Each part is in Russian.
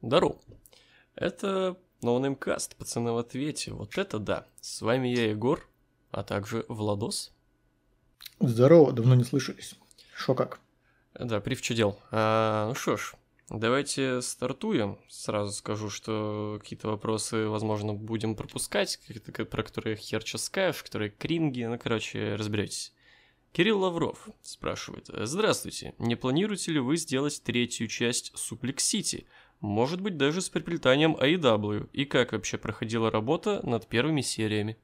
Здорово. Это NoNameCast, пацаны в ответе. Вот это да. С вами я, Егор, а также Владос. Здорово, давно не слышались. Шо как? Да, привчудел. Ну что ж, давайте стартуем. Сразу скажу, что какие-то вопросы, возможно, будем пропускать, про которые хер чё скажешь, которые кринги, ну, короче, разберетесь. Кирилл Лавров спрашивает. Здравствуйте, не планируете ли вы сделать третью часть Suplex City? Может быть, даже с переплетанием AEW? И как вообще проходила работа над первыми сериями?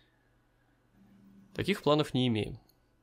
Таких планов не имеем.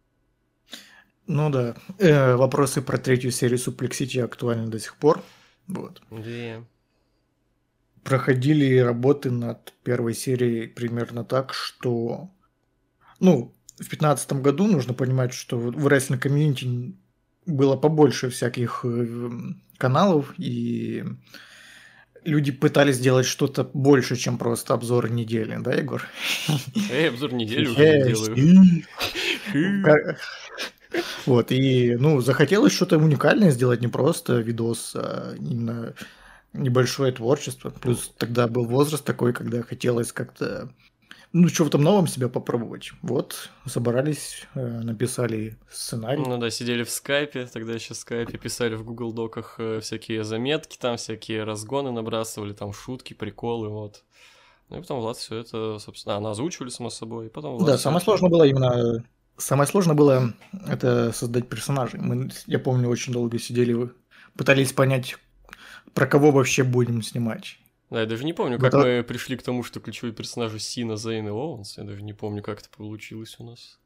Ну да, вопросы про третью серию Suplex City актуальны до сих пор. Вот. Да. Проходили работы над первой серией примерно так, что... Ну, в 2015 году нужно понимать, что в рестлинг-комьюнити было побольше всяких каналов, и люди пытались сделать что-то больше, чем просто обзор недели, да, Егор? Обзор недели уже не делаю. Вот, и, ну, захотелось что-то уникальное сделать, не просто видос, а именно небольшое творчество. Плюс тогда был возраст такой, когда хотелось как-то, ну, что в этом новом себя попробовать. Вот, собрались, написали сценарий. Ну да, сидели в скайпе, тогда еще в скайпе, писали в Google Доках всякие заметки, там всякие разгоны набрасывали, там шутки, приколы, вот. Ну и потом Влад все это, собственно, она озвучивали, само собой, и потом Влад Да, всё самое это- сложное было именно... Самое сложное было это создать персонажей. Я помню, очень долго сидели, пытались понять, про кого вообще будем снимать. Да, я даже не помню, как мы пришли к тому, что ключевые персонажи Сина, Зейн и Оуэнс. Я даже не помню, как это получилось у нас.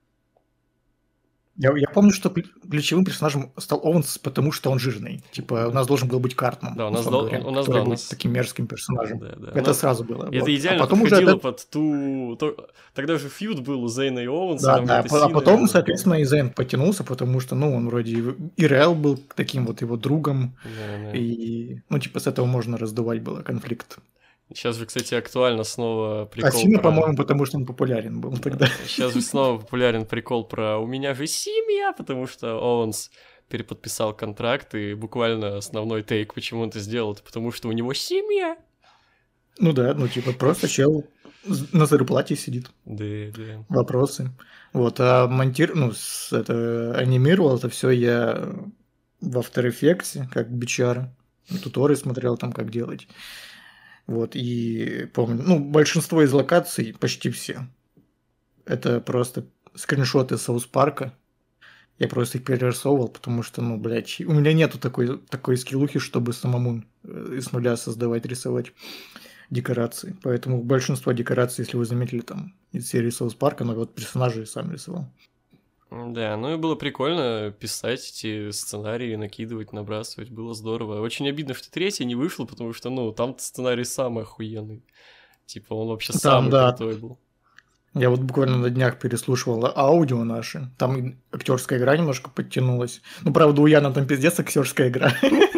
Я помню, что ключевым персонажем стал Оуэнс, потому что он жирный. Типа, у нас должен был быть Картман, Да, который будет таким мерзким персонажем. Да. Это сразу было. Это Вот. идеально потом подходило уже под ту... Тогда же фьюд был у Зейна и Оуэнса. Да, там да. где-то А Сина потом, был. соответственно, и Зейн потянулся, потому что, ну, он вроде и Реал был таким вот его другом. Да. И, ну, типа, с этого можно раздувать было конфликт. Сейчас же, кстати, актуально снова прикол А Сина, про... по-моему, потому что он популярен был тогда. Сейчас же снова популярен прикол про «У меня же семья», потому что Оуэнс переподписал контракт, и буквально основной тейк, почему он это сделал, это потому что у него семья. Ну да, ну типа просто чел на зарплате сидит. Да. Вопросы. Вот, а анимировал это все я в After Effects, как бичара. Туторы смотрел там, как делать. Вот, и помню, ну, большинство из локаций, почти все, это просто скриншоты Саус Парка. Я просто их перерисовывал, потому что, ну, блядь, у меня нету такой скиллухи, чтобы самому с нуля создавать, рисовать декорации. Поэтому большинство декораций, если вы заметили, там, из серии Саус Парка, но вот персонажи сам рисовал. Да, ну и было прикольно писать эти сценарии, накидывать, набрасывать, было здорово. Очень обидно, что третья не вышла, потому что, ну, там сценарий самый охуенный. Типа, он вообще Там, самый да. крутой был. Я вот буквально на днях переслушивал аудио наши. Там актерская игра немножко подтянулась. Ну, правда, у Яна там пиздец актерская игра.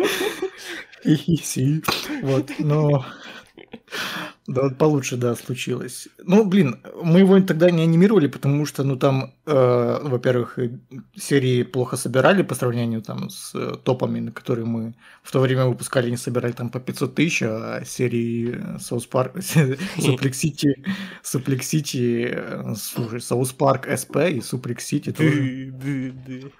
Вот, но... Да, вот получше, да, случилось. Ну, блин, мы его тогда не анимировали, потому что, ну, там, во-первых, серии плохо собирали по сравнению там с топами, на которые мы в то время выпускали, не собирали там по 500 тысяч, а серии Саус Парк, Suplex City, слушай, Саус Парк СП и Suplex City тоже.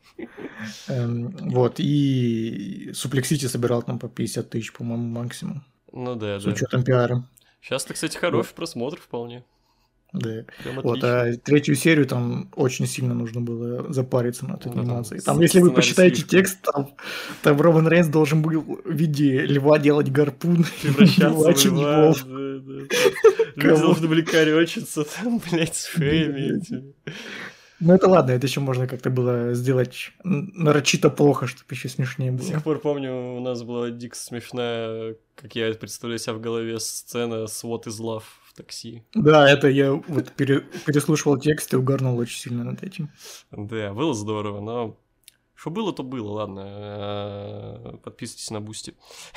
Вот, и Suplex City собирал там по 50 тысяч, по-моему, максимум. Ну да. С учетом пиара. Сейчас-то, кстати, хороший просмотр вполне. Да. Прям Вот, отлично. а третью серию там очень сильно нужно было запариться над Да, анимацией. там Там, если вы сценарий посчитаете слишком. текст, там Роман Рейнс должен был в виде льва делать гарпун, Превращаться в убивать льва. львов. Да. Люди должны были корячиться там, блядь, с шеями этими. Ну это ладно, это еще можно как-то было сделать нарочито плохо, чтобы еще смешнее До сих было. пор помню, у нас была дико смешная, как я представляю себя в голове, сцена с What is Love в такси. Да, это я вот переслушивал текст и угарнул очень сильно над этим. Да, было здорово, но что было, то было, ладно. Подписывайтесь на Бусти.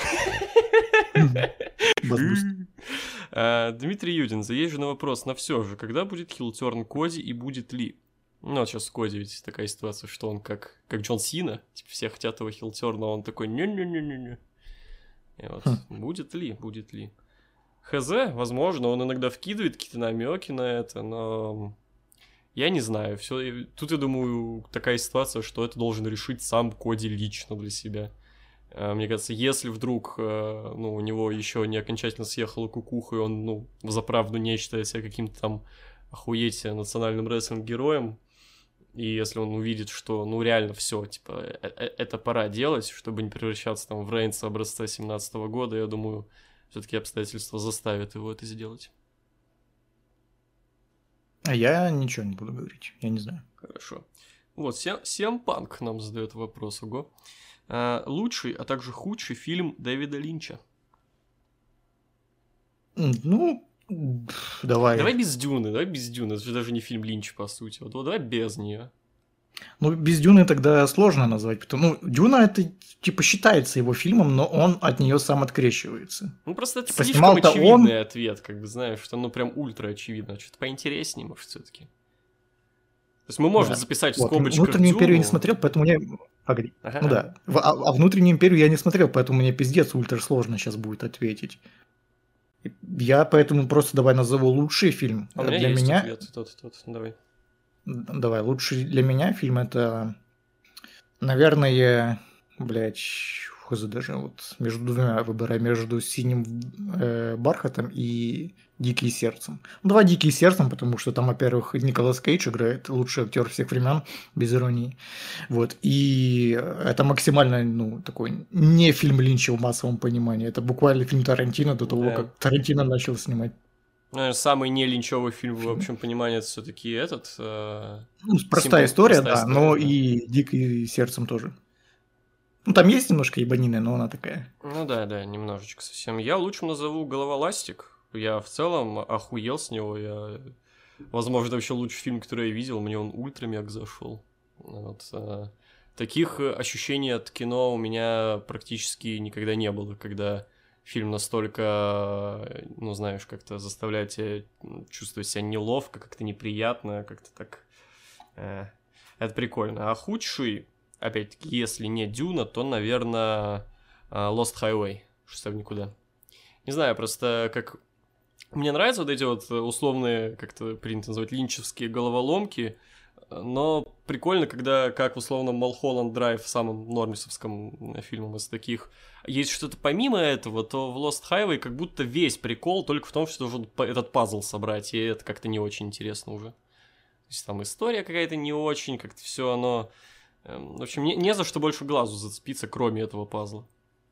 Дмитрий Юдин, заезжу на вопрос, но все же, когда будет хилтерн Коди и будет ли? Ну, вот сейчас Коди ведь такая ситуация, что он как Джон Сина, типа все хотят его хилтерна, а он такой не-не-не-не-не. И вот, будет ли. Хз, возможно, он иногда вкидывает какие-то намеки на это, но я не знаю. Тут, я думаю, такая ситуация, что это должен решить сам Коди лично для себя. Мне кажется, если вдруг у него еще не окончательно съехала кукуха, и он, взаправду не считает себя каким-то там охуеть национальным рестлинг-героем, и если он увидит, что, реально все, типа, это пора делать, чтобы не превращаться там в Рейнса образца 17-го года, я думаю, все-таки обстоятельства заставят его это сделать. А я ничего не буду говорить, я не знаю. Хорошо. Вот, CM Punk нам задает вопрос, ого. Лучший, а также худший фильм Дэвида Линча. Давай. Давай без Дюны. Это же даже не фильм Линча, по сути. Вот давай без нее. Без Дюны тогда сложно назвать, потому Дюна это типа считается его фильмом, но он от нее сам открещивается. Просто это типа, слишком очевидный ответ, как бы, знаешь, что прям ультра очевидно. Что-то поинтереснее, может, все-таки. То есть мы можем записать в скобочках Внутреннюю империю не смотрел, поэтому мне... Погоди. Ага. Да. А внутреннюю империю я не смотрел, поэтому мне пиздец ультра сложно сейчас будет ответить. Я поэтому просто давай назову лучший фильм. А у меня есть ответ. Давай. Давай. Лучший для меня фильм это, наверное, даже вот между двумя выбираю, между «Синим бархатом» и «Дикие сердцем». Давай «Дикие сердцем», потому что там, во-первых, Николас Кейдж играет, лучший актер всех времен, без иронии. Вот. И это максимально, такой не фильм Линча в массовом понимании. Это буквально фильм Тарантино до того, как Тарантино начал снимать. Самый не линчевый фильм, в общем понимании, это все-таки этот. Простая история, да, но и «Дикие сердцем» тоже. Там есть немножко ебанины, но она такая. Да, немножечко совсем. Я лучшим назову «Головоластик». Я в целом охуел с него. Возможно, вообще лучший фильм, который я видел. Мне он ультра-мег зашел. Вот. Таких ощущений от кино у меня практически никогда не было, когда фильм настолько, знаешь, как-то заставляет тебя чувствовать себя неловко, как-то неприятно, как-то так. Это прикольно. А худший... Опять-таки, если не Дюна, то, наверное, Lost Highway, «Шоссе в никуда». Не знаю, просто как... Мне нравятся вот эти вот условные, как-то принято называть, линчевские головоломки, но прикольно, когда, как в условном Малхолланд Драйв, самом нормисовском фильмом из таких, есть что-то помимо этого, то в Lost Highway как будто весь прикол только в том, что нужно этот пазл собрать, и это как-то не очень интересно уже. То есть там история какая-то не очень, как-то все оно... В общем, не за что больше глазу зацепиться, кроме этого пазла.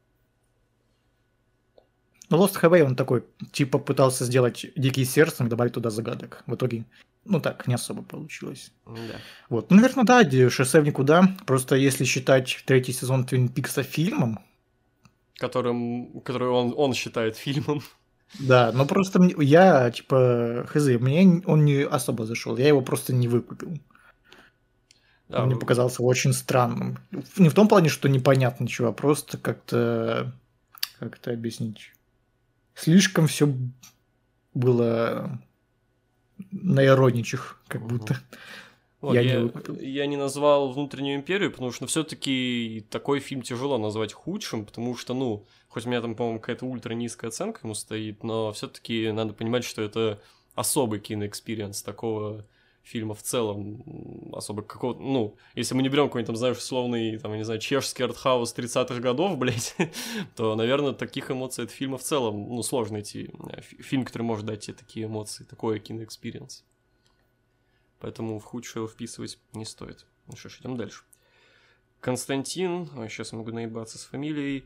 Lost Highway, он такой, типа пытался сделать «Дикие сердцем» и добавить туда загадок. В итоге, так, не особо получилось. Да. Вот. Наверное, да, «Шоссе в никуда». Просто если считать третий сезон Твин Пикса фильмом... Который он считает фильмом. Да, но просто я, мне он не особо зашел. Я его просто не выкупил. Да, он мне показался очень странным. Не в том плане, что непонятно ничего, а просто как-то объяснить. Слишком все было на ироничих, как будто. Вот, я не назвал «Внутреннюю империю», потому что все-таки такой фильм тяжело назвать худшим, потому что, хоть у меня там, по-моему, какая-то ультра низкая оценка ему стоит, но все-таки надо понимать, что это особый киноэкспириенс такого фильма в целом, особо какого-то, если мы не берем какой-нибудь там, знаешь, условный, там, я не знаю, чешский артхаус 30-х годов, блядь, то, наверное, таких эмоций от фильма в целом, сложно найти фильм, который может дать тебе такие эмоции, такой киноэкспириенс. Поэтому в худшее его вписывать не стоит. Ну что ж, идем дальше. Константин, сейчас могу наебаться с фамилией,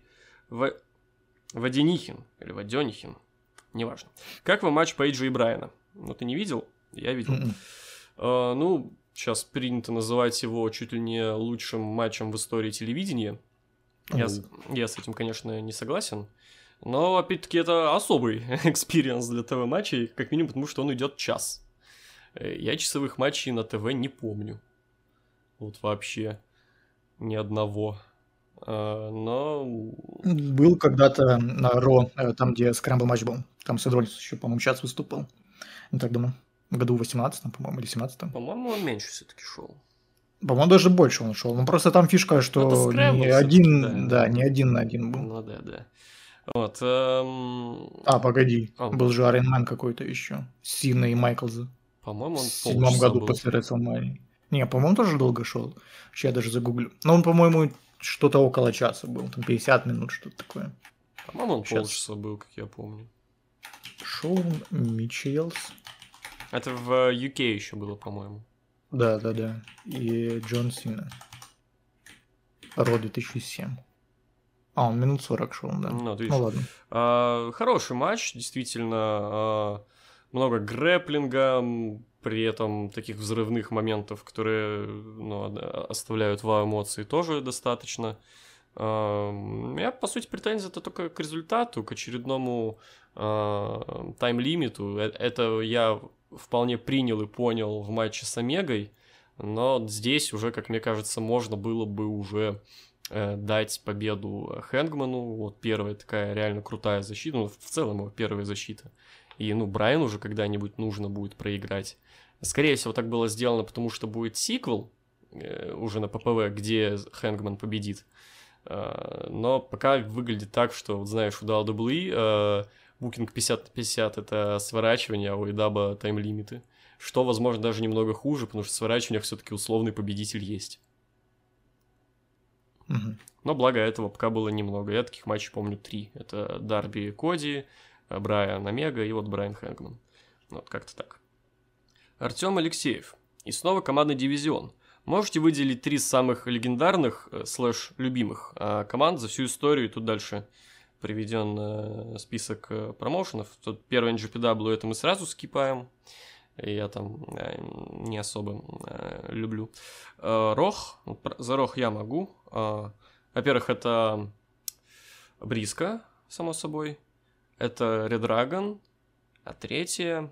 Воденихин, или Воденихин, неважно. Как вам матч Пейджа и Брайана? Ты не видел? Я видел. Сейчас принято называть его чуть ли не лучшим матчем в истории телевидения. Я с этим, конечно, не согласен. Но, опять-таки, это особый экспириенс для ТВ-матчей, как минимум, потому что он идет час. Я часовых матчей на ТВ не помню. Вот вообще ни одного. Но... Был когда-то на Ро, там, где скрамбл матч был. Там Седронис еще, по-моему, час выступал. Не так давно. В году 18-м, по-моему, или 17-м. По-моему, он меньше все-таки шел. По-моему, даже больше он шел. Просто там фишка, что не один на один был. Да. Вот. Погоди. Он, Был же Iron Man какой-то еще. Сина и Майклза. по-моему, он В 7-м полчаса году был. после WrestleMania. Не, по-моему, тоже долго шел. Сейчас я даже загуглю. Но он, по-моему, что-то около часа был. Там 50 минут, что-то такое. По-моему, он Щас. полчаса был, как я помню. Шоун Мичелс. Это в UK еще было, по-моему. Да. И Джон Сина. Ро 2007. Он минут 40 шел, да. Ну, ты Ну видишь. ладно. Хороший матч, действительно. Много грэплинга, при этом таких взрывных моментов, которые оставляют эмоции, тоже достаточно. Я, по сути, претензия-то только к результату, к очередному тайм-лимиту. Это я вполне принял и понял в матче с Омегой, но здесь уже, как мне кажется, можно было бы уже дать победу Хэнгману. Вот первая такая реально крутая защита, в целом его первая защита. И, Брайану уже когда-нибудь нужно будет проиграть. Скорее всего, так было сделано, потому что будет сиквел уже на ППВ, где Хэнгман победит. Но пока выглядит так, что, вот знаешь, у WWE букинг 50 на 50 это сворачивание, а у Эдаба тайм-лимиты. Что, возможно, даже немного хуже, потому что в сворачиваниях все-таки условный победитель есть. Угу. Но благо этого пока было немного. Я таких матчей помню 3. Это Дарби Коди, Брайан Омега и вот Брайан Хэнгман. Вот как-то так. Артем Алексеев. И снова командный дивизион. Можете выделить 3 самых легендарных / любимых команд за всю историю? Тут дальше приведен список промоушенов. Тут первый NGPW это мы сразу скипаем. Я там не особо люблю. Рох. За Рох я могу. Во-первых, это Бриска, само собой. Это Red Dragon. А третье...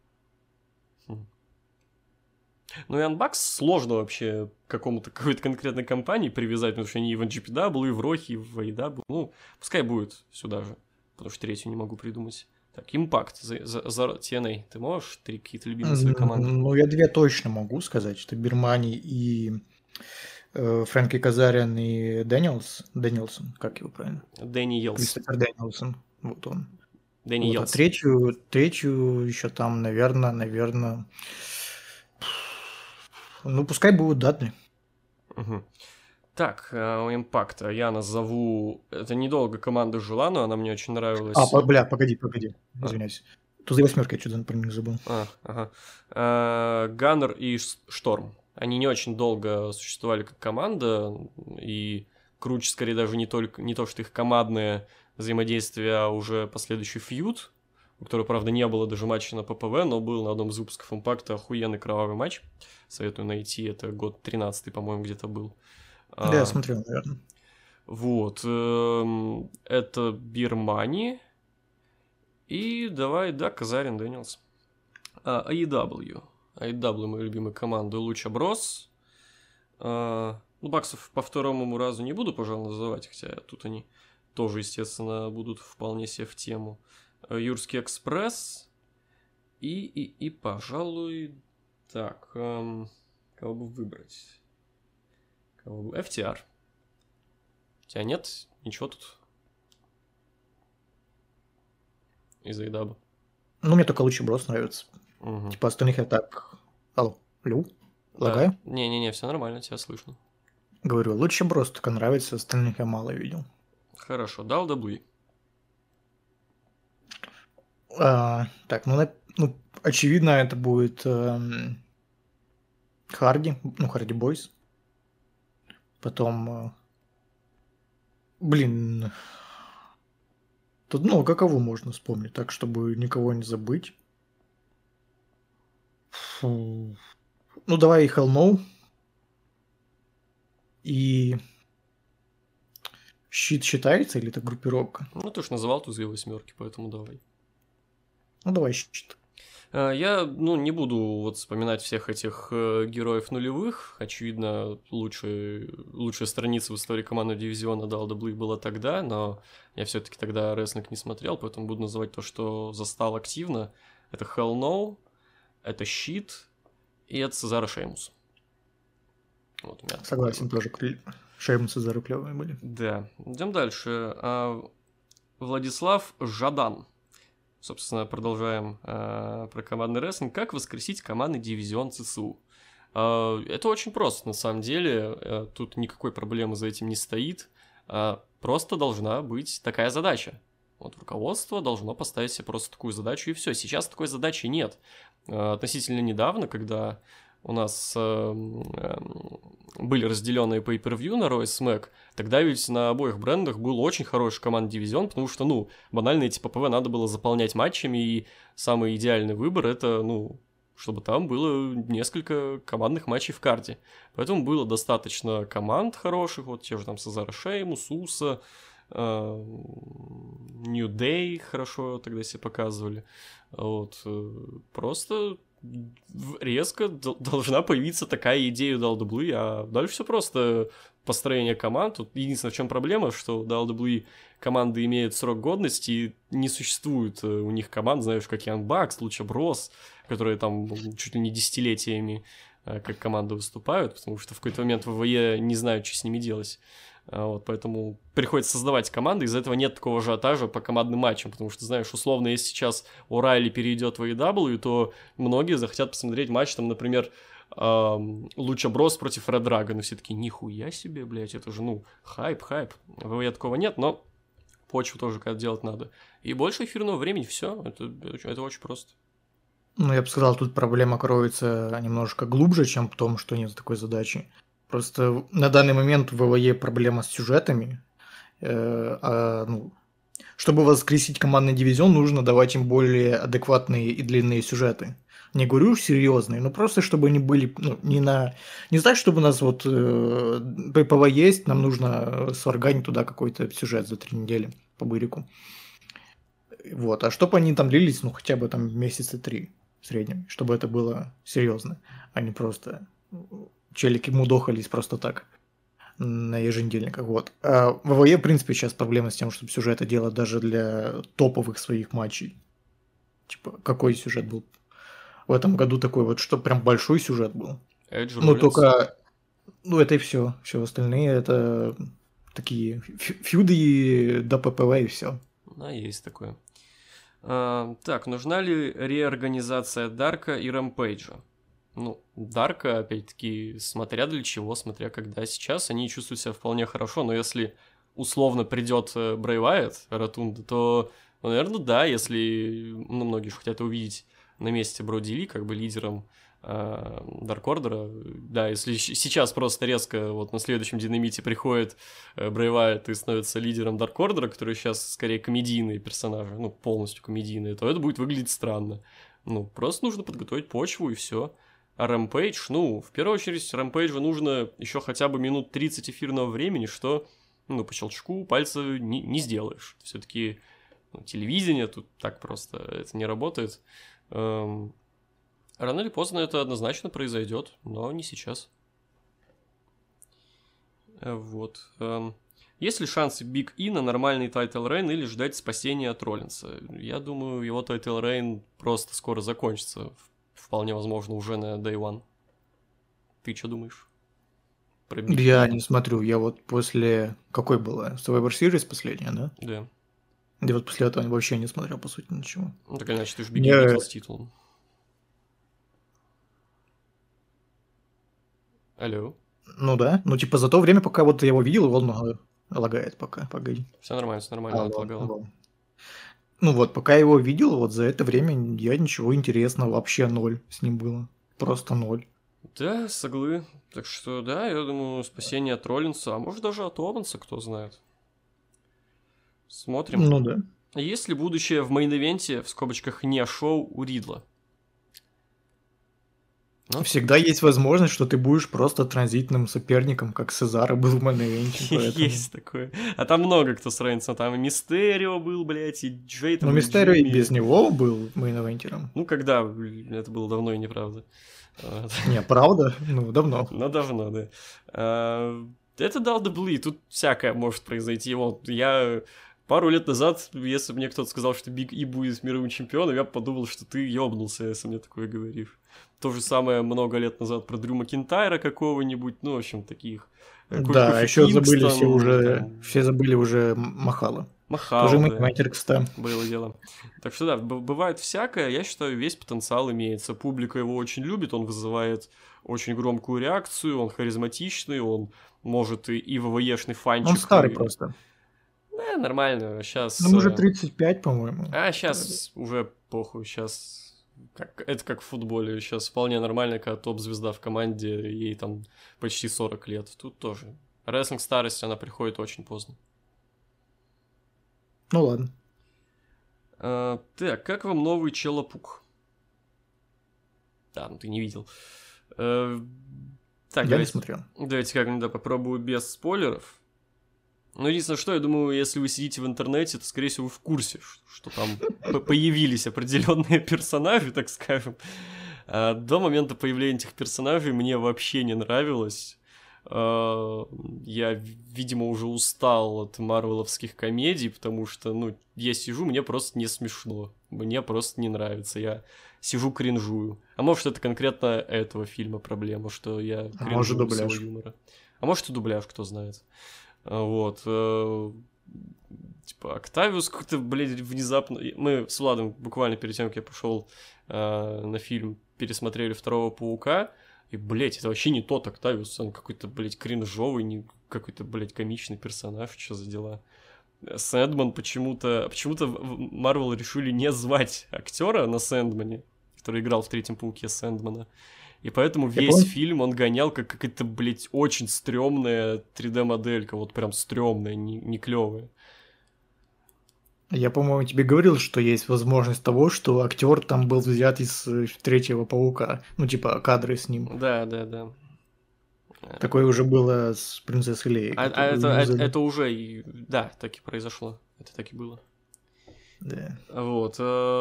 Ну, и Unbox сложно вообще к какой-то конкретной компании привязать, потому что они и в NGPW, и в Рохе, и в AEW. Ну, пускай будет сюда же, потому что третью не могу придумать. Так, Impact за TNA. Ты можешь 3 какие-то любимые свои команды? Ну, я 2 точно могу сказать, что Бирмани и Фрэнки Казариан и Дэнилсон, как его правильно? Дэнни Йелс. Кристофер Дэнилсон, вот он. Дэнни Вот, Йелс. а третью еще там, наверное, ну, пускай будет Дадли. Угу. Так, у Импакта я назову... Это недолго команда жила, но она мне очень нравилась. Погоди. Извиняюсь. Тут за 8 я что-то про них забыл. Ганнер и Шторм. Они не очень долго существовали как команда, и круче, скорее, даже не то, что их командное взаимодействие, а уже последующий фьюд, у которого, правда, не было даже матча на ППВ, но был на одном из выпусков Импакта охуенный кровавый матч. Советую найти, это год 13-й, по-моему, где-то был. Да, я смотрел, наверное. Вот. Это Бирмани. И давай, Казарин Дэнилс. AEW. AEW, моя любимая команда. Луча Брос. Баксов по второму разу не буду, пожалуй, называть, хотя тут они тоже, естественно, будут вполне себе в тему. Юрский Экспресс. И пожалуй, так, кого бы выбрать? FTR. У тебя нет ничего тут из AEW? Ну, мне только Лучи Брос нравится. Угу. Типа остальных я так... Алло, лагаю? Не, все нормально, тебя слышно. Говорю, Лучи Брос только нравится, остальных я мало видел. Хорошо, WWE. Так, очевидно, это будет Харди Бойс. Потом... Тут много кого можно вспомнить, так, чтобы никого не забыть. Фу. Ну, давай и Hell No. И... Щит считается или это группировка? Ну, ты ж называл тузы 8, поэтому давай. Ну, давай щит. Я, не буду вот вспоминать всех этих героев нулевых. Очевидно, лучшая страница в истории командного дивизиона WWE была тогда, но я все-таки тогда рестлинг не смотрел, поэтому буду называть то, что застал активно. Это Hell No, это Щит и это Сезаро Шеймус. Вот, согласен, тоже Шеймус и Сезаро клевые были. Да, идем дальше. Владислав Жадан. Собственно, продолжаем про командный рестлинг. Как воскресить командный дивизион ЦСУ? Это очень просто, на самом деле. Тут никакой проблемы за этим не стоит. Просто должна быть такая задача. Вот руководство должно поставить себе просто такую задачу, и все. Сейчас такой задачи нет. Относительно недавно, когда у нас были разделенные pay-per-view на Raw и SmackDown, тогда ведь на обоих брендах был очень хороший командный дивизион, потому что, банально эти ППВ надо было заполнять матчами, и самый идеальный выбор это, чтобы там было несколько командных матчей в карте. Поэтому было достаточно команд хороших, вот те же там Сезара Шеймус, Уса, New Day хорошо тогда себе показывали. Вот. Просто резко должна появиться такая идея у WWE, а дальше все просто построение команд. Тут единственное, в чем проблема, что у WWE команды имеют срок годности, и не существует у них команд, знаешь, как Young Bucks, Lucha Bros, которые там чуть ли не десятилетиями как команда выступают, потому что в какой-то момент ВВЕ не знают, что с ними делать. Вот, поэтому приходится создавать команды, из-за этого нет такого ажиотажа по командным матчам, потому что, знаешь, условно, если сейчас О'Райли перейдет в AEW, то многие захотят посмотреть матч, там, например, Луча Брос против Ред Драгона, все таки нихуя себе, блядь, это же, хайп, ВВЕ такого нет, но почву тоже когда делать надо. И больше эфирного времени, все, это очень просто. Я бы сказал, тут проблема кроется немножко глубже, чем в том, что нет такой задачи. Просто на данный момент в ВВЕ проблема с сюжетами. Чтобы воскресить командный дивизион, нужно давать им более адекватные и длинные сюжеты. Не говорю серьезные, но просто чтобы они были не так, чтобы у нас вот ППВ есть, нам нужно сварганить туда какой-то сюжет за 3 недели по бырику. Вот, а чтобы они там длились, хотя бы там месяца 3 в среднем, чтобы это было серьезно, а не просто челики мудохались просто так на еженедельниках. Вот. А в ВВЕ, в принципе, сейчас проблема с тем, чтобы сюжеты делать даже для топовых своих матчей. Типа, какой сюжет был в этом году такой вот, что прям большой сюжет был. Только... это и все. Все остальные это такие фьюды до ППВ и все. Есть такое. Так, нужна ли реорганизация Дарка и Рэмпейджа? Дарка, опять-таки, смотря для чего, смотря когда. Сейчас они чувствуют себя вполне хорошо, но если условно придет Брэй Уайт, Ротунда, то, наверное, да, если многие же хотят увидеть на месте Броди Ли, как бы лидером Дарк Ордера. Да, если сейчас просто резко вот на следующем динамите приходит Брэй Уайт и становится лидером Дарк Ордера, который сейчас скорее комедийные персонажи, полностью комедийные, то это будет выглядеть странно. Просто нужно подготовить почву и все. А Рэмпейдж, в первую очередь, Рэмпейджу нужно еще хотя бы минут 30 эфирного времени, что, по щелчку пальца не сделаешь. Все-таки телевидение тут так просто это не работает. Рано или поздно это однозначно произойдет, но не сейчас. Вот. Есть ли шансы Биг И на нормальный тайтл рейн или ждать спасения от Роллинса? Я думаю, его тайтл рейн просто скоро закончится. Вполне возможно, уже на Day One. Ты что думаешь? Я не смотрю. Я вот после... Какой была? Survivor Series последняя, да? Да. Я вот после этого вообще не смотрел, по сути, ничего. Так иначе ты же Биг И видел с титулом. Алло. Да. За то время, пока вот я его видел, он лагает пока. Погоди. Все нормально, отлагало. Пока я его видел, вот за это время я ничего интересного, вообще 0 с ним было. Просто 0. Да, соглы. Так что, да, я думаю, спасение от Роллинса, а может даже от Ованса, кто знает. Смотрим. Да. Есть ли будущее в мейн-ивенте, в скобочках не шоу, у Ридла? Всегда есть возможность, что ты будешь просто транзитным соперником, как Сезаро был в мейн-ивенте. Есть такое. А там много кто сравнится. Там и Мистерио был, блядь, и Джей. Но Мистерио и без него был мейн-ивентером. Когда? Это было давно и неправда. Не, правда? Давно. Давно, да. Это WWE, тут всякое может произойти. Вот я пару лет назад, если бы мне кто-то сказал, что Биг И будет мировым чемпионом, я бы подумал, что ты ёбнулся, если мне такое говоришь. То же самое много лет назад про Дрю Макинтайра какого-нибудь, в общем, таких. Да, еще забыли все уже Махала. Махал, Тоже да. мастер, кстати. Было дело. Так что да, бывает всякое. Я считаю, весь потенциал имеется. Публика его очень любит, он вызывает очень громкую реакцию, он харизматичный, он может и ВВЕшный фанчик. Он старый просто. Да, нормально. Сейчас... Нам уже 35, по-моему. А сейчас уже похуй. Сейчас... Это как в футболе. Сейчас вполне нормально, когда топ-звезда в команде, ей там почти 40 лет. Тут тоже. Рестлинг старости, она приходит очень поздно. Ну ладно. Так, как вам новый Челопук? Да, ну ты не видел. Так, я не смотрел. Давайте как-нибудь попробую без спойлеров. Ну, единственное, что я думаю, если вы сидите в интернете, то, скорее всего, вы в курсе, что там появились определенные персонажи, так скажем. До момента появления этих персонажей мне вообще не нравилось. Я, видимо, уже устал от марвеловских комедий, потому что, ну, я сижу, мне просто не смешно. Мне просто не нравится. Я сижу, кринжую. А может, это конкретно этого фильма проблема, что я кринжую с его юмора. А может, и дубляж, кто знает. Вот. Типа, Октавиус как-то, блядь, внезапно... Мы с Владом буквально перед тем, как я пошел на фильм, пересмотрели «Второго паука», и, блядь, это вообще не тот Октавиус, он какой-то, блядь, кринжовый, не какой-то, блядь, комичный персонаж, что за дела. Сэндман почему-то Марвел решили не звать актера на Сэндмане, который играл в «Третьем пауке» Сэндмана. И поэтому весь фильм он гонял как какая-то, блядь, очень стрёмная 3D-моделька, вот прям стрёмная, не клёвая. Я, по-моему, тебе говорил, что есть возможность того, что актер там был взят из «Третьего паука». Ну, типа, кадры с ним. Да. Такое уже было с принцессой Леей. Это уже, да, так и произошло. Это так и было. Да. Вот.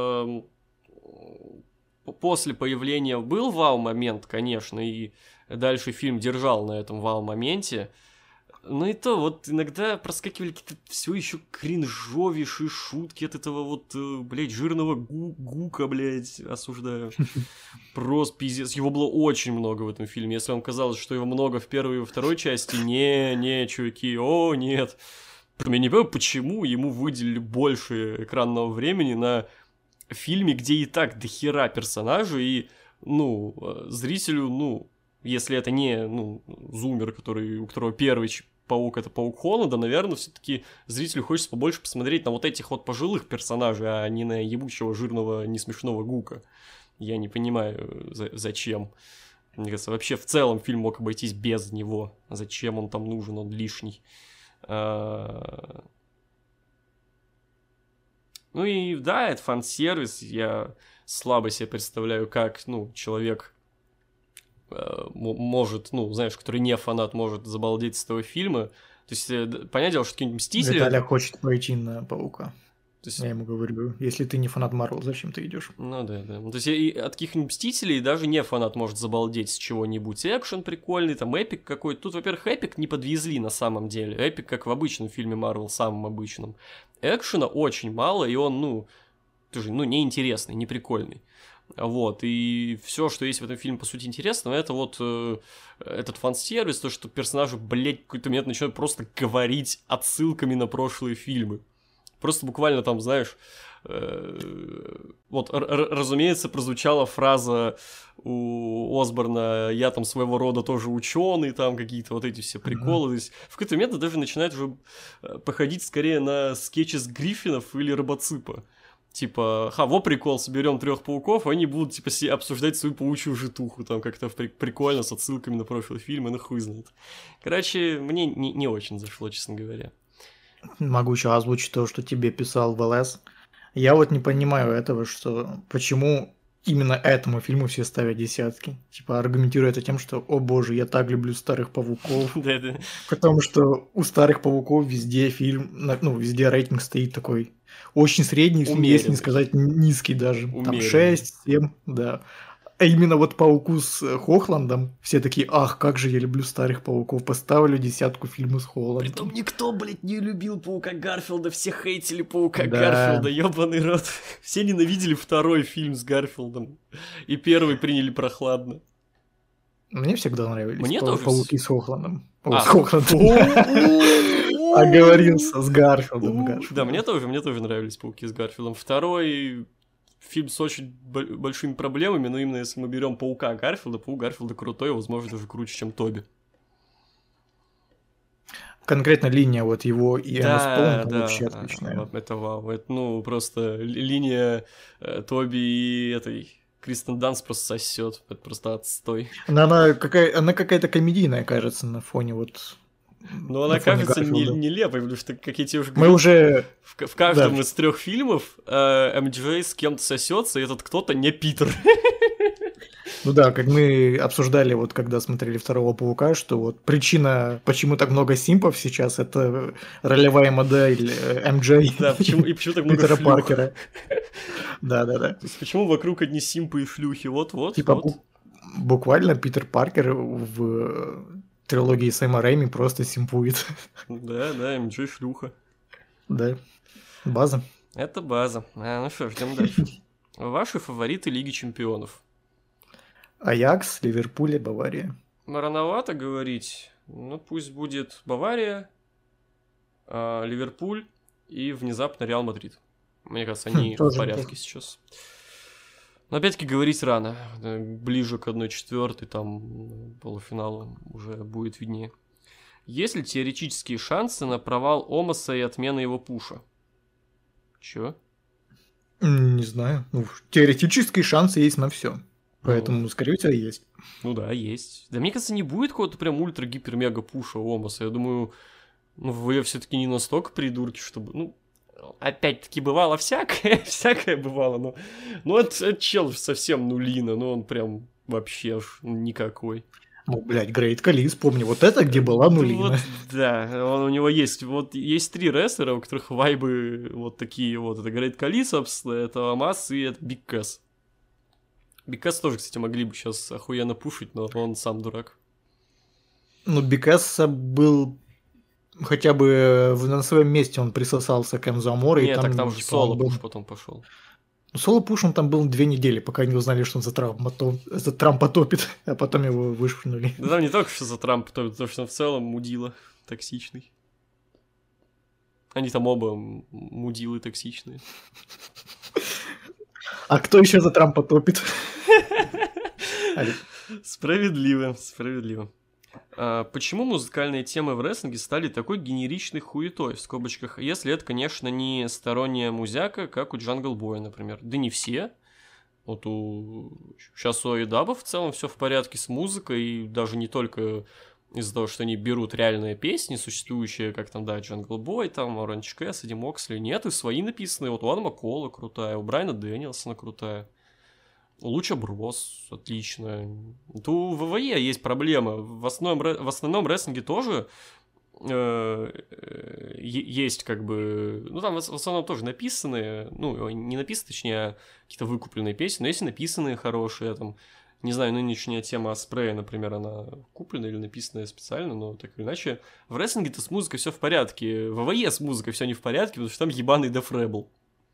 После появления был вау-момент, конечно, и дальше фильм держал на этом вау-моменте. Но и то, вот иногда проскакивали какие-то все еще кринжовейшие шутки от этого вот, блядь, жирного гука, блядь, осуждаю. Просто пиздец. Его было очень много в этом фильме. Если вам казалось, что его много в первой и во второй части, не, чуваки, о, нет. Я не понимаю, почему ему выделили больше экранного времени на фильме, где и так дохера персонажей, и, ну, зрителю, ну, если это не, ну, зумер, у которого первый паук — это паук Холланда, наверное, все-таки зрителю хочется побольше посмотреть на вот этих вот пожилых персонажей, а не на ебучего, жирного, несмешного Гука. Я не понимаю, зачем. Мне кажется, вообще в целом фильм мог обойтись без него. Зачем он там нужен, он лишний. Ну и да, это фан-сервис. Я слабо себе представляю, как, ну, человек может, ну, знаешь, который не фанат, может забалдеть с этого фильма. То есть, понятное дело, что какие-нибудь «Мстители». Виталя хочет пойти на «Паука». То есть... Я ему говорю, если ты не фанат Марвел, зачем ты идешь? Ну да. То есть и от каких-нибудь «Мстителей» даже не фанат может забалдеть с чего-нибудь. Экшен прикольный, там эпик какой-то. Тут, во-первых, эпик не подвезли на самом деле. Эпик, как в обычном фильме Марвел, самом обычном. Экшена очень мало, и он, ну, тоже, ну, неинтересный, не прикольный. Вот, и все, что есть в этом фильме, по сути, интересного, это вот этот фан-сервис, то, что персонажи, блядь, в какой-то момент начинают просто говорить отсылками на прошлые фильмы. Просто буквально там, знаешь, вот, разумеется, прозвучала фраза у Осборна: «Я там своего рода тоже ученый», там какие-то вот эти все приколы. То есть в какой-то момент даже начинает уже походить скорее на скетчи с Гриффинов или Робоципа. Типа, во прикол, соберем 3 пауков, они будут, типа, обсуждать свою паучью житуху, там как-то прикольно, с отсылками на прошлый фильм, и ну хуй знает. Короче, мне не очень зашло, честно говоря. Могу еще озвучить то, что тебе писал в ЛС. Я вот не понимаю этого, что почему именно этому фильму все ставят десятки. Типа, аргументируя это тем, что, о боже, я так люблю старых пауков. Потому что у старых пауков везде фильм, ну, везде рейтинг стоит такой очень средний, если не сказать низкий даже. Там 6, 7, да. А именно вот «Пауку» с Хохландом все такие: ах, как же я люблю старых пауков, поставлю 10 фильму с Холландом. Притом никто, блядь, не любил Паука Гарфилда, все хейтили Паука Гарфилда, ёбаный рот. Все ненавидели второй фильм с Гарфилдом, и первый приняли прохладно. Мне всегда нравились Мне тоже пауки с Хохландом. С Хохландом. Оговорился с Гарфилдом. Да, мне тоже нравились «Пауки» с Гарфилдом. Второй фильм с очень большими проблемами, но именно если мы берем «Паука» Гарфилда, «Паук» Гарфилда крутой, возможно, даже круче, чем Тоби. Конкретно линия вот его и Эмма Стоун Да, вообще отличная. это вау. Это, ну, просто линия Тоби и этой Кристен Данст просто сосет. Это просто отстой. Она какая-то комедийная, кажется, на фоне вот... Но она кажется нелепой, потому что, как я тебе уже говорил, в каждом из 3 фильмов МДЖ с кем-то сосется, и этот кто-то не Питер. Ну да, как мы обсуждали, вот когда смотрели «Второго паука», что вот причина, почему так много симпов сейчас, это ролевая модель МДЖ. Да, почему так много Питера шлюх. Паркера. Да. То есть почему вокруг одни симпы и шлюхи? Вот. Типа буквально Питер Паркер в трилогии Сэма Рэйми просто симпует. Да, МДЖ шлюха. Да, база. Это база. Ну что, ждем дальше. Ваши фавориты Лиги Чемпионов? Аякс, Ливерпуль и Бавария. Рановато говорить. Ну, пусть будет Бавария, Ливерпуль и внезапно Реал Мадрид. Мне кажется, они в порядке сейчас. Но опять-таки говорить рано. Ближе к 1/4, там полуфиналу уже будет виднее. Есть ли теоретические шансы на провал Омаса и отмену его пуша? Чё? Не знаю. Ну, теоретические шансы есть на все. Поэтому, скорее всего, есть. Ну да, есть. Да мне кажется, не будет какого-то прям ультра-гипер-мега-пуша у Омаса. Я думаю, вы все-таки не настолько придурки, чтобы... Ну, опять-таки, бывало всякое, всякое бывало, но это чел совсем нулина, но он прям вообще никакой. Ну, блядь, Грейт Кали, вспомни, вот это где была нулина. Вот, да, у него есть 3 рестлера, у которых вайбы вот такие вот. Это Грейт Кали, собственно, это Амас и это Биг Кэс. Биг Кэс тоже, кстати, могли бы сейчас охуенно пушить, но он сам дурак. Ну, Биг Кэс был хотя бы на своем месте, он присосался к Энзо Аморе. Нет, так там же соло-пуш потом пошел. Соло-пуш он там был 2 недели, пока не узнали, что он за Трампа топит, а потом его вышвырнули. Да там не только что за Трампа топит, потому что он в целом мудила токсичный. Они там оба мудилы токсичные. А кто еще за Трампа топит? Справедливо. Почему музыкальные темы в рестлинге стали такой генеричной хуетой, в скобочках, если это, конечно, не сторонняя музяка, как у Jungle Boy, например. Да не все. Вот сейчас у Айдаба в целом все в порядке с музыкой, и даже не только из-за того, что они берут реальные песни, существующие, как там, да, Jungle Boy, там, Orange Cassidy, Эдди Моксли, нет, и свои написанные. Вот у Адама Кола крутая, у Брайана Дэнилсона крутая. У Луча Брос отлично. То у ВВЕ есть проблема. В основном рестлинге тоже есть как бы... Ну, там в основном тоже написанные, ну, не написанные, точнее, а какие-то выкупленные песни, но есть и написанные хорошие, там, не знаю, нынешняя тема Аспрея, например, она куплена или написанная специально, но так или иначе. В рестлинге-то с музыкой все в порядке. В ВВЕ с музыкой все не в порядке, потому что там ебаный Def Rebel.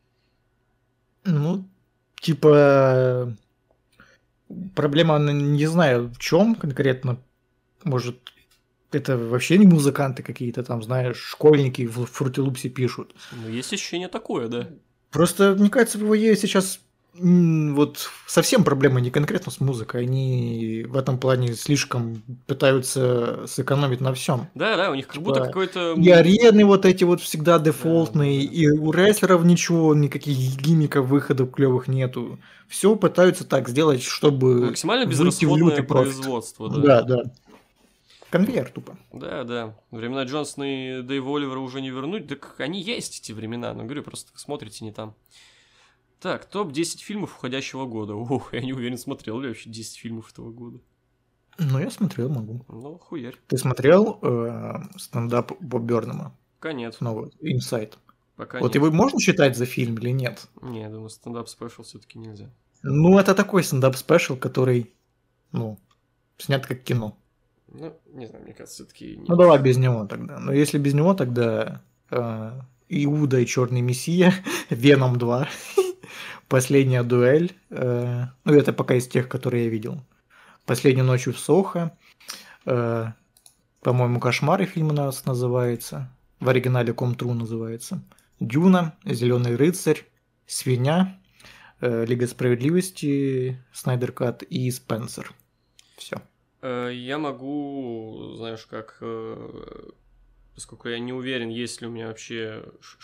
Ну, типа... Проблема, не знаю, в чем конкретно. Может, это вообще не музыканты какие-то там, знаешь, школьники в Фрутилупсе пишут. Ну, есть ощущение такое, да. Просто, мне кажется, в ВВЕ сейчас вот совсем проблема не конкретно с музыкой. Они в этом плане слишком пытаются сэкономить на всем. Да, у них как будто какой-то... И арены вот эти вот всегда дефолтные, да. И у рестлеров ничего, никаких гиммиков, выходов клевых нету. Все пытаются так сделать, чтобы максимально безрасходное производство. Да. Конвейер тупо. Да. Времена Джонсона и Дэйва Оливера уже не вернуть. Так они есть, эти времена. Но говорю, просто смотрите не там. Так, топ-10 фильмов уходящего года. Ох, я не уверен, смотрел ли вообще 10 фильмов этого года. Ну, я смотрел, могу. Ну, хуярь. Ты смотрел стендап Боб Бёрнама? Пока нет. Новый, Инсайд. Пока вот нет. его можно считать за фильм или нет? Не, я думаю, стендап-спешл все-таки нельзя. Ну, это такой стендап-спешл, который, ну, снят как кино. Ну, не знаю, мне кажется, все-таки нет. Ну, давай без него тогда. Но если без него, тогда Иуда и Черный Мессия, Веном 2, Последняя дуэль. Ну, это пока из тех, которые я видел. Последнюю ночью в Сохо. По-моему, Кошмары фильм у нас называется. в оригинале Комтру называется. Дюна, Зеленый рыцарь, Свинья, Лига справедливости, Снайдер Кат и Спенсер. Все. Я могу, знаешь, как... Поскольку я не уверен, есть ли у меня вообще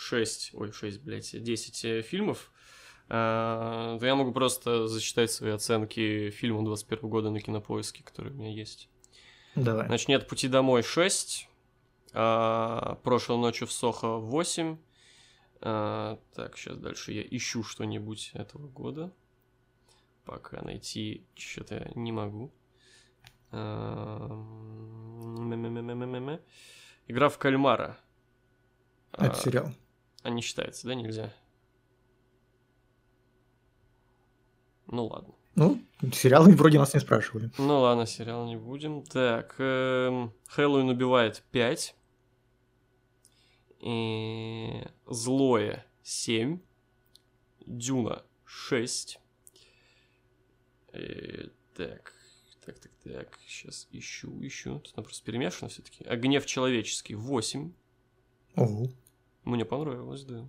10 фильмов, то я могу просто зачитать свои оценки фильму 21 года на Кинопоиске, которые у меня есть. Давай. Значит, «Нет пути домой» 6, «Прошлой ночью в Сохо» 8. Так, сейчас дальше я ищу что-нибудь этого года. Пока найти что-то не могу. «Игра в кальмара». Это сериал. Не считается, да, нельзя? Ну ладно. Ну, сериалы вроде нас не спрашивали. Ну ладно, сериал не будем. Так, «Хэллоуин убивает» 5. И «Злое» 7. «Дюна» 6. Так. Сейчас ищу. Тут она просто перемешана все-таки. «А гнев человеческий» 8. Ого. Мне понравилось, да.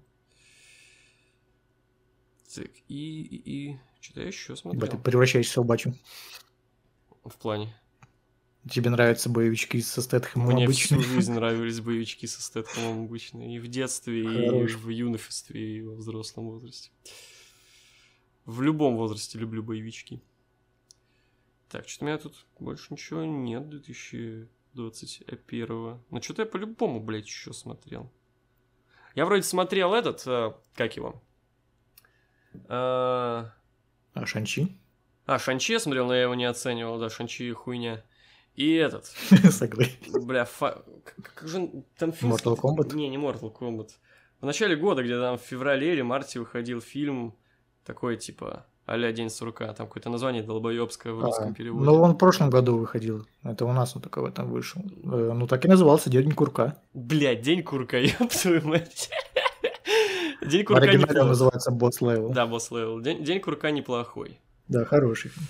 Так, и что-то я еще смотрел. Ты превращаешься в собачью. В плане? Тебе нравятся боевички со Стэтхэмом Мне обычно? всю жизнь нравились боевички со Стэтхэмом обычно. И в детстве, Хорош. и в юношестве, и во взрослом возрасте. В любом возрасте люблю боевички. Так, что-то у меня тут больше ничего нет 2021. Ну, что-то я по-любому, блядь, еще смотрел. Я вроде смотрел этот, как его? Шанчи? Шанчи я смотрел, но я его не оценивал, да, Шанчи хуйня. И этот... Согласен. Бля, как же там фильм... Mortal Kombat? Не Mortal Kombat. В начале года, где там в феврале или марте выходил фильм такой, типа, а-ля День сурка. Там какое-то название долбоебское в русском переводе. Ну, он в прошлом году выходил. Это у нас он только в этом вышел. Ну, так и назывался «День курка». Блядь, День курка, ёб твою мать. День В курка оригинале неплохой. он называется «Босс Левел». Да, Босс Левел. День курка неплохой. Да, хороший фильм.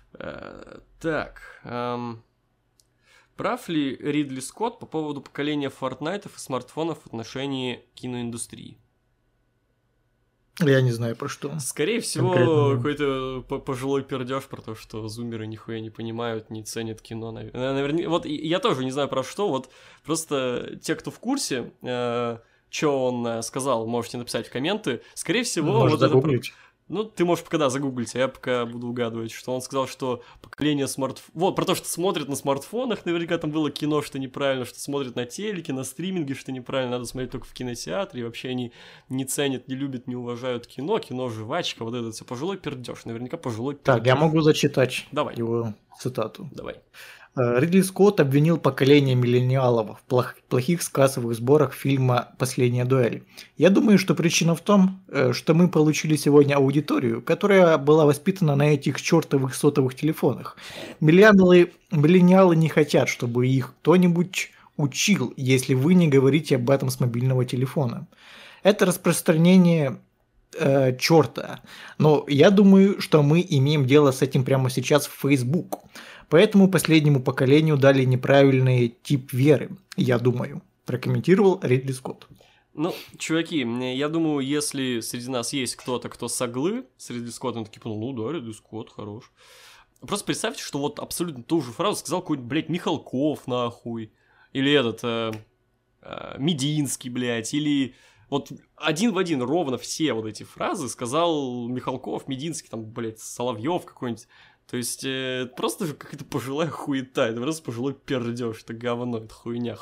Так, прав ли Ридли Скотт по поводу поколения фортнайтов и смартфонов в отношении киноиндустрии? Я не знаю, про что. Скорее всего, какой-то пожилой пердеж про то, что зумеры нихуя не понимают, не ценят кино. Наверное, вот я тоже не знаю про что, вот просто те, кто в курсе, что он сказал, можете написать в комменты. Скорее всего, можно вот загуглить. Ну, ты можешь пока загуглить, а я пока буду угадывать, что он сказал, что поколение смартфонов... Вот, про то, что смотрят на смартфонах, наверняка там было кино, что неправильно, что смотрят на телеке, на стриминге, что неправильно, надо смотреть только в кинотеатре, и вообще они не ценят, не любят, не уважают кино жвачка, вот это все, пожилой пердеж, наверняка пожилой пердеж. Так, я могу зачитать Давай. его цитату. Давай. Ридли Скотт обвинил поколение миллениалов в плохих кассовых сборах фильма «Последняя дуэль». Я думаю, что причина в том, что мы получили сегодня аудиторию, которая была воспитана на этих чертовых сотовых телефонах. Миллениалы не хотят, чтобы их кто-нибудь учил, если вы не говорите об этом с мобильного телефона. Это распространение черта. Но я думаю, что мы имеем дело с этим прямо сейчас в Facebook. Поэтому последнему поколению дали неправильный тип веры, я думаю, прокомментировал Ридли Скотт. Ну, чуваки, я думаю, если среди нас есть кто-то, кто соглы с Ридли Скоттом, такие, ну да, Ридли Скотт хорош. Просто представьте, что вот абсолютно ту же фразу сказал какой-нибудь, блядь, Михалков, нахуй. Или этот, Мединский, блядь, или... Вот один в один ровно все вот эти фразы сказал Михалков, Мединский, там, блядь, Соловьев какой-нибудь. То есть, просто какая-то пожилая хуета, это просто пожилой пердеж, это говно, это хуйня.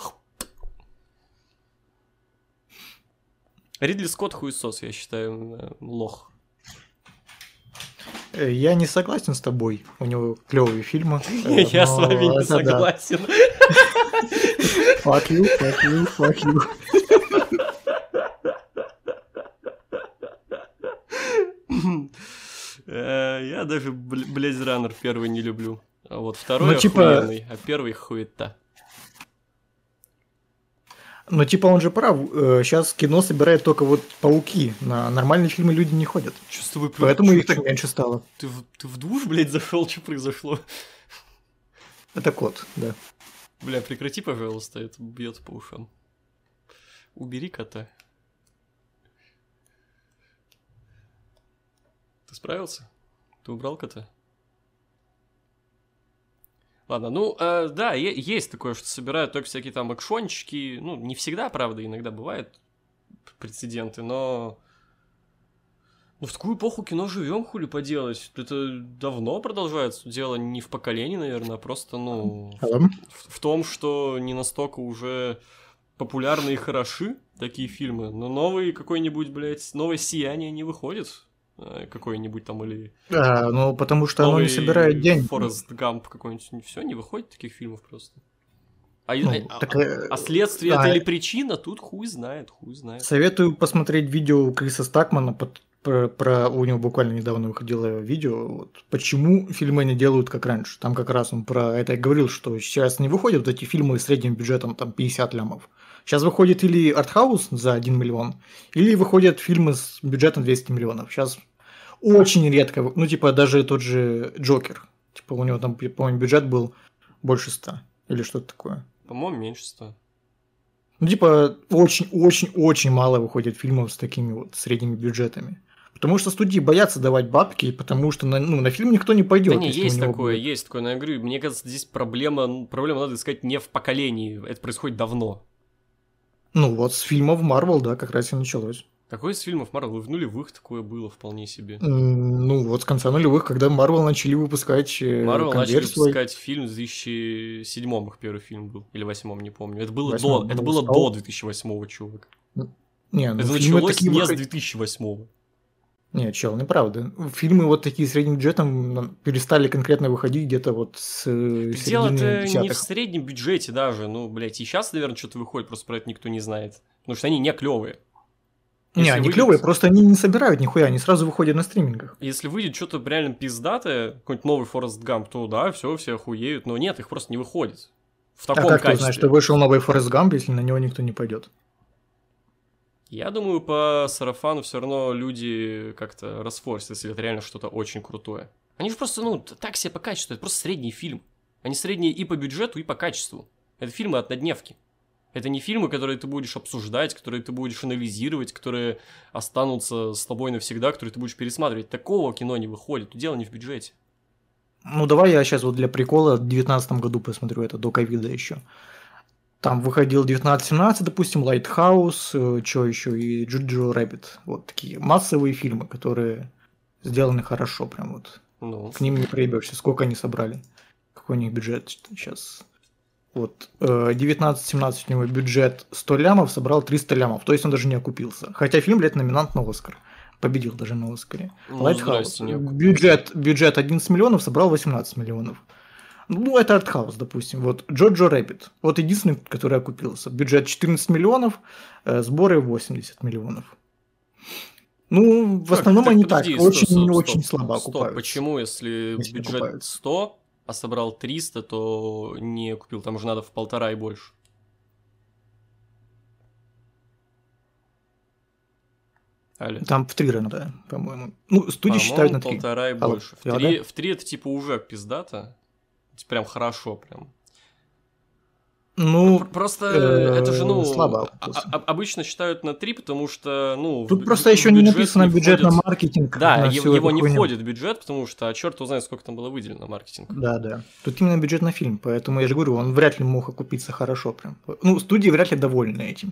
Ридли Скотт хуесос, я считаю, лох. Я не согласен с тобой, у него клевые фильмы. Я с вами не согласен. Fuck you. Я даже Блейз Раннер первый не люблю. А вот второй охуенный, а первый хуета. Ну, типа, он же прав. Сейчас кино собирает только вот пауки. На нормальные фильмы люди не ходят. Чувствую, поэтому их так меньше стало. Ты в душ, блядь, зашел? Что произошло? Это кот, да. Бля, прекрати, пожалуйста, это бьет по ушам. Убери кота. Ты справился? Ты убрал кота? Ладно, ну, да, есть такое, что собирают только всякие там экшончики. Ну, не всегда, правда, иногда бывают прецеденты, но... Ну, в такую эпоху кино живем, хули поделать. Это давно продолжается. Дело не в поколении, наверное, а просто, ну, в том, что не настолько уже популярны и хороши такие фильмы. Но новый какой-нибудь, блядь, новое «Сияние» не выходит. Какой-нибудь там или... Ну, потому что оно не собирает деньги. Форест Гамп какой-нибудь. Все, не выходит таких фильмов просто. Следствие это или причина, тут хуй знает. Советую посмотреть видео Криса Стакмана, у него буквально недавно выходило видео, вот, почему фильмы не делают как раньше. Там как раз он про это и говорил, что сейчас не выходят вот эти фильмы с средним бюджетом там 50 лямов. Сейчас выходит или артхаус за 1 миллион, или выходят фильмы с бюджетом 200 миллионов. Сейчас очень редко, ну типа даже тот же Джокер, типа у него там, по-моему, бюджет был больше 100 или что-то такое. По-моему, меньше 100. Ну, типа, очень-очень-очень мало выходит фильмов с такими вот средними бюджетами. Потому что студии боятся давать бабки, потому что на фильм никто не пойдет. Да не, есть такое, но я говорю, мне кажется, здесь проблема надо искать не в поколении, это происходит давно. Ну вот с фильмов Марвел, да, как раз и началось. Какой из фильмов Марвел? В нулевых такое было вполне себе. Ну вот с конца нулевых, когда Марвел начали выпускать Марвел начали выпускать фильм в 2007-м, их первый фильм был, или 2008-м, не помню. Это было до 2008-го, чувак. Не, ну, это началось не с 2008-го. Не, чел, неправда. Фильмы вот такие с средним бюджетом перестали конкретно выходить где-то вот с середины дело-то 10-х. не в среднем бюджете даже, ну, блядь, и сейчас, наверное, что-то выходит, просто про это никто не знает. Потому что они не клевые. Не, они клевые, просто они не собирают нихуя, они сразу выходят на стримингах. Если выйдет что-то реально пиздатое, какой-нибудь новый Форест Гамп, то да, все охуеют, но нет, их просто не выходит. В таком как качестве. ты знаешь, что вышел новый Форест Гамп, если на него никто не пойдет? Я думаю, по сарафану все равно люди как-то расфорсят, если это реально что-то очень крутое. Они же просто, так себе по качеству, это просто средний фильм. Они средние и по бюджету, и по качеству. Это фильмы однодневки. Это не фильмы, которые ты будешь обсуждать, которые ты будешь анализировать, которые останутся с тобой навсегда, которые ты будешь пересматривать. Такого кино не выходит, дело не в бюджете. Ну, давай я сейчас вот для прикола в 2019 году посмотрю это, до ковида еще. Там выходил 1917, допустим, Лайтхаус, что еще, и Джоджо Рэббит. Вот такие массовые фильмы, которые сделаны хорошо, прям вот. К ним не проебешься. Сколько они собрали? Какой у них бюджет сейчас? Вот 19-17 у него бюджет 100 лямов, собрал 300 лямов. То есть он даже не окупился. Хотя фильм, блядь, номинант на Оскар. Победил даже на Оскаре. Лайтхаус. Бюджет 11 миллионов, собрал 18 миллионов. Ну, это артхаус, допустим. Вот Джоджо Рэббит. Вот единственный, который окупился. Бюджет 14 миллионов, сборы 80 миллионов. Ну, в основном они подожди, так, очень слабо окупаются. Почему, если бюджет 100, а собрал 300, то не купил? Там уже надо в 1,5 и больше. Алло. Там в 3 надо, по-моему. Ну, студии считают на 3. 1,5 и больше. В 3 это типа уже пиздато. Прям хорошо, прям. Ну, просто это же, слабо. Обычно считают на 3, потому что, тут просто еще не написано бюджет на маркетинг. Да, его не входит в бюджет, потому что, черт узнает, сколько там было выделено на маркетинг. Да. Тут именно бюджет на фильм, поэтому я же говорю, он вряд ли мог окупиться хорошо прям. Ну, студии вряд ли довольны этим.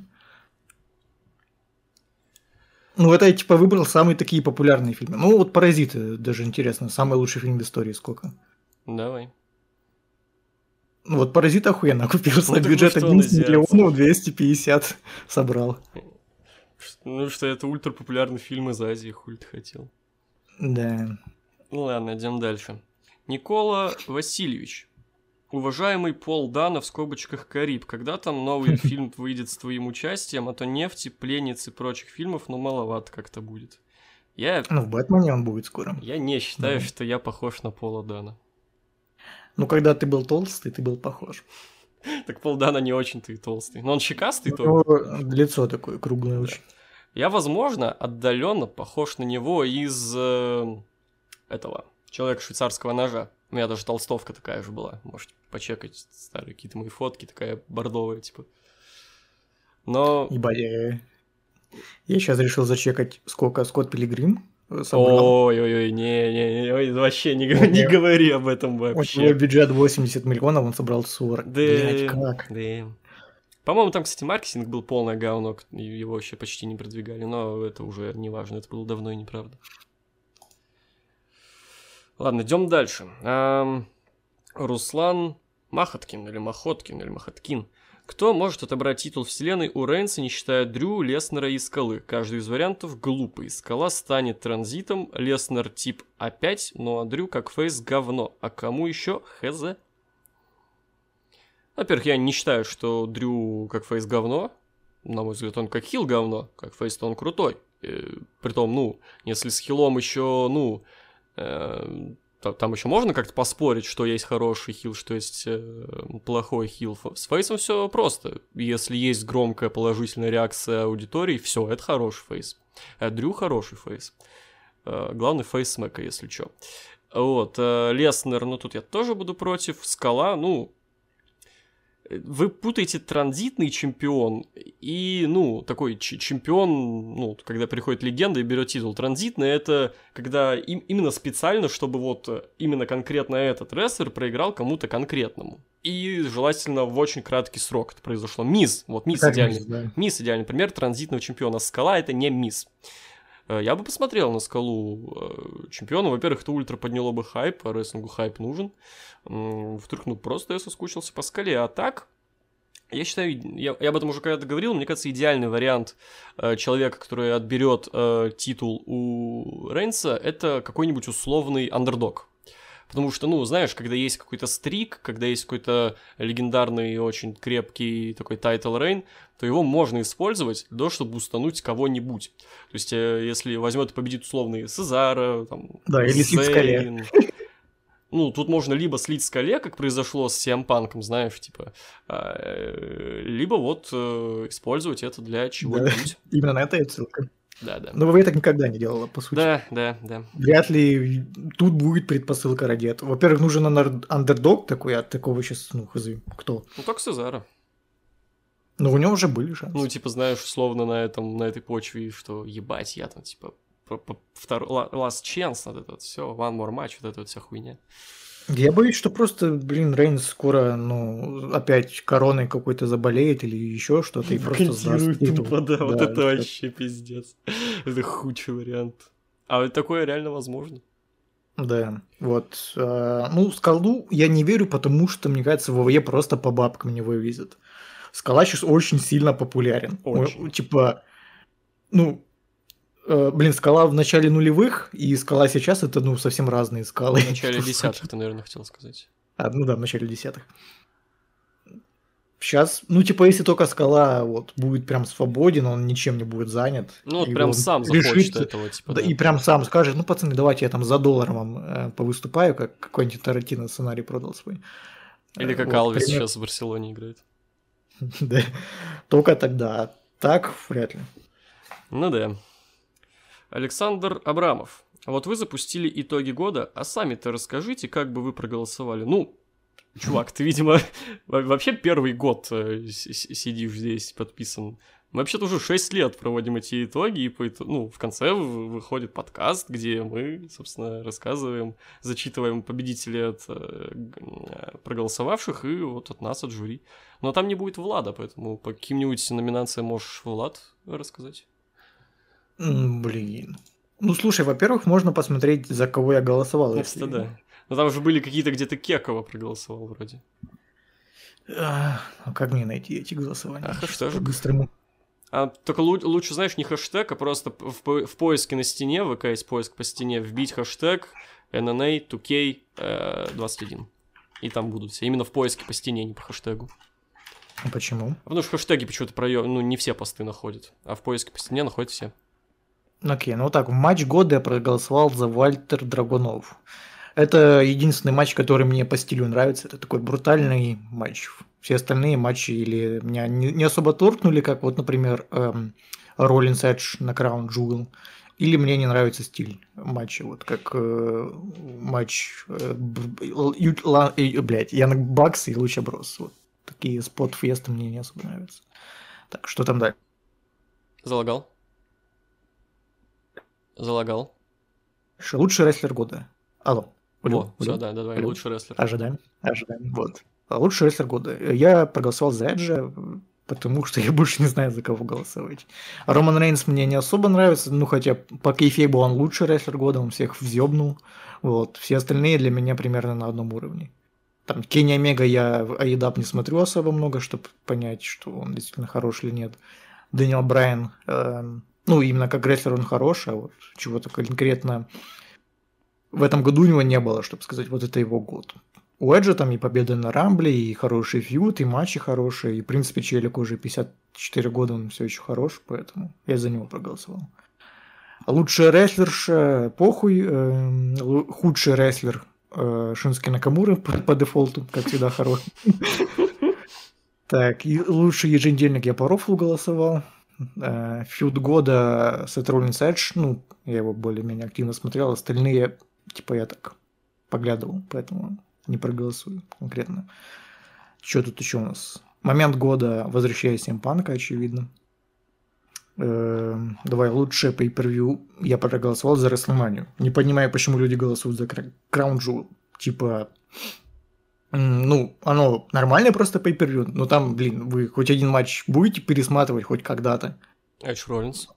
Ну, это я, типа, выбрал самые такие популярные фильмы. Ну, вот «Паразиты», даже интересно, самый лучший фильм в истории сколько? Давай. Ну, вот «Паразит» охуенно окупился, бюджет 11 миллионов 250 собрал. Ну, что это ультрапопулярный фильм из Азии, хуй ты хотел. Да. Ну, ладно, идем дальше. Никола Васильевич. Уважаемый Пол Дано в скобочках Кариб, когда там новый фильм выйдет с твоим участием, а то «Нефти», «Пленниц» и прочих фильмов, маловато как-то будет. Ну, в «Бэтмене» он будет скоро. Я не считаю, что я похож на Пола Дано. Ну, когда ты был толстый, ты был похож. Так Пол Дано не очень-то и толстый. Но он щекастый только. Лицо такое круглое очень. Я, возможно, отдаленно похож на него из этого «Человека швейцарского ножа». У меня даже толстовка такая же была. Можете почекать старые какие-то мои фотки, такая бордовая, типа. Но... Ебать, я сейчас решил зачекать, сколько Скотт Пилигрим собрал. Ой-ой-ой, не, вообще не У говори об этом него вообще. бюджет 80 миллионов, он собрал 40. Блять, Да, как? да. По-моему, там, кстати, маркетинг был полное говно, его вообще почти не продвигали, но это уже не важно, это было давно и неправда. Ладно, идем дальше. Руслан Махоткин или Махоткин. Кто может отобрать титул вселенной у Рейнса, не считая Дрю, Леснера и Скалы? Каждый из вариантов глупый. Скала станет транзитом, Леснер тип опять, ну а Дрю как фейс говно. А кому еще? Хз. Во-первых, я не считаю, что Дрю как фейс говно. На мой взгляд, он как хил говно. Как фейс-то он крутой. Притом, ну, если с хилом еще, ну... Там еще можно как-то поспорить, что есть хороший хил, что есть плохой хил. С фейсом все просто. Если есть громкая положительная реакция аудитории, все, это хороший фейс. А Дрю хороший фейс. Главный фейс смека, если что. Вот, Леснер, ну тут я тоже буду против. Скала, ну... Вы путаете транзитный чемпион и, ну, такой чемпион, ну, когда приходит легенда и берет титул. Транзитный — это когда именно специально, чтобы вот именно конкретно этот рестлер проиграл кому-то конкретному. И желательно в очень краткий срок это произошло. Миз, вот Миз идеальный. Да. Миз идеальный пример транзитного чемпиона. Скала — это не Миз. Я бы посмотрел на Скалу чемпиона. Во-первых, это ультра подняло бы хайп, а рестлингу хайп нужен. Во-вторых, ну просто я соскучился по Скале. А так, я считаю, я об этом уже когда-то говорил, мне кажется, идеальный вариант человека, который отберет титул у Рейнса, это какой-нибудь условный андердог. Потому что, ну, знаешь, когда есть какой-то стрик, когда есть какой-то легендарный и очень крепкий такой тайтл рейн, то его можно использовать для того, чтобы устануть кого-нибудь. То есть, если возьмет и победит условный Сезара, там, да, или Скале. Ну, тут можно либо слить Скале, как произошло с CM Punk'ом, знаешь, типа, либо вот использовать это для чего-нибудь. Да, именно на это и отсылка. Да. Но ВВЕ так никогда не делала, по сути. Да. Вряд ли тут будет предпосылка ради этого. Во-первых, нужен андердог такой, а такого сейчас, ну, хз, кто? Ну, только Сезара. Ну, у него уже были шансы. Ну, типа, знаешь, условно на этой почве, что ебать, я там, типа, второй last chance, вот это вот все, one more match, вот эта вот вся хуйня. Я боюсь, что просто, блин, Рейнс скоро, ну, опять короной какой-то заболеет или еще что-то и просто сдаст титул. Да, вот это вообще пиздец. Это худший вариант. А вот такое реально возможно. Да, вот. Ну, Скалу я не верю, потому что, мне кажется, ВВЕ просто по бабкам не вывезет. Скала сейчас очень сильно популярен. Очень. Типа, ну, блин, Скала в начале нулевых и Скала сейчас — это, ну, совсем разные скалы. В начале десятых, ты, наверное, хотел сказать. Ну да, в начале десятых. Сейчас, ну, типа, если только Скала вот будет прям свободен, он ничем не будет занят. Ну, вот прям сам захочет этого, типа, да. И прям сам скажет, ну, пацаны, давайте я там за $1 вам повыступаю, как какой-нибудь Тарантино сценарий продал свой. Или как Алвис сейчас в Барселоне играет. Да, только тогда. Так вряд ли. Ну да. Александр Абрамов. Вот вы запустили итоги года, а сами-то расскажите, как бы вы проголосовали. Ну, чувак, ты, видимо, вообще первый год сидишь здесь подписан. Мы вообще-то уже 6 лет проводим эти итоги, и в конце выходит подкаст, где мы, собственно, рассказываем, зачитываем победителей от проголосовавших и вот от нас, от жюри. Но там не будет Влада, поэтому по каким-нибудь номинациям можешь, Влад, рассказать. Блин. Ну, слушай, во-первых, можно посмотреть, за кого я голосовал. Если... Да. Но там же были какие-то, где ты Кекова проголосовал вроде. А как мне найти эти голосования? Хэштег. По-быстрому. Только лучше, знаешь, не хэштег, а просто в поиске на стене, ВК есть поиск по стене, вбить хэштег NNA 2K21. И там будут все. Именно в поиске по стене, не по хэштегу. А почему? Потому что хэштеги почему-то не все посты находят, а в поиске по стене находят все. Окей, ну так, в матч года я проголосовал за Вальтер Драгунов. Это единственный матч, который мне по стилю нравится. Это такой брутальный матч. Все остальные матчи или меня не особо торкнули, как вот, например, Роллинс Эдж на Краун Джуэл. Или мне не нравится стиль матча, вот как матч Янг Бакс и Луча Брос. Вот такие спот-фесты мне не особо нравятся. Так, что там дальше? Залагал. Лучший рестлер года. Алло. Все, да, давай, Алло. лучший рестлер. Ожидаем. Вот. Лучший рестлер года. Я проголосовал за Эджа, потому что я больше не знаю, за кого голосовать. Роман Рейнс мне не особо нравится, ну хотя по кейфейбу он лучший рестлер года, он всех взъебнул. Вот. Все остальные для меня примерно на одном уровне. Там Кенни Омега я в AEW не смотрю особо много, чтобы понять, что он действительно хорош или нет. Дэниел Брайан, ну именно как рестлер он хорош, а вот чего-то конкретно в этом году у него не было, чтобы сказать, вот это его год. У Эджа там и победа на Рамбле, и хороший фьюд, и матчи хорошие, и в принципе челик уже 54 года, он все еще хорош, поэтому я за него проголосовал. Лучший рестлерша похуй, худший рестлер Шински Накамура по дефолту, как всегда, хорош. Так, и лучший еженедельник я по Рофлу голосовал. Фьюд года Сет Роллинс Эдж, ну, я его более-менее активно смотрел, остальные, типа, я так поглядывал, поэтому не проголосую конкретно. Что тут еще у нас? Момент года возвращаясь Панка, очевидно. Давай, лучшее pay-per-view я проголосовал за WrestleMania. Не понимаю, почему люди голосуют за Crown Jewel. Типа, ну, оно нормальное просто pay-per-view, но там, блин, вы хоть один матч будете пересматривать хоть когда-то. Эдж Роллинс.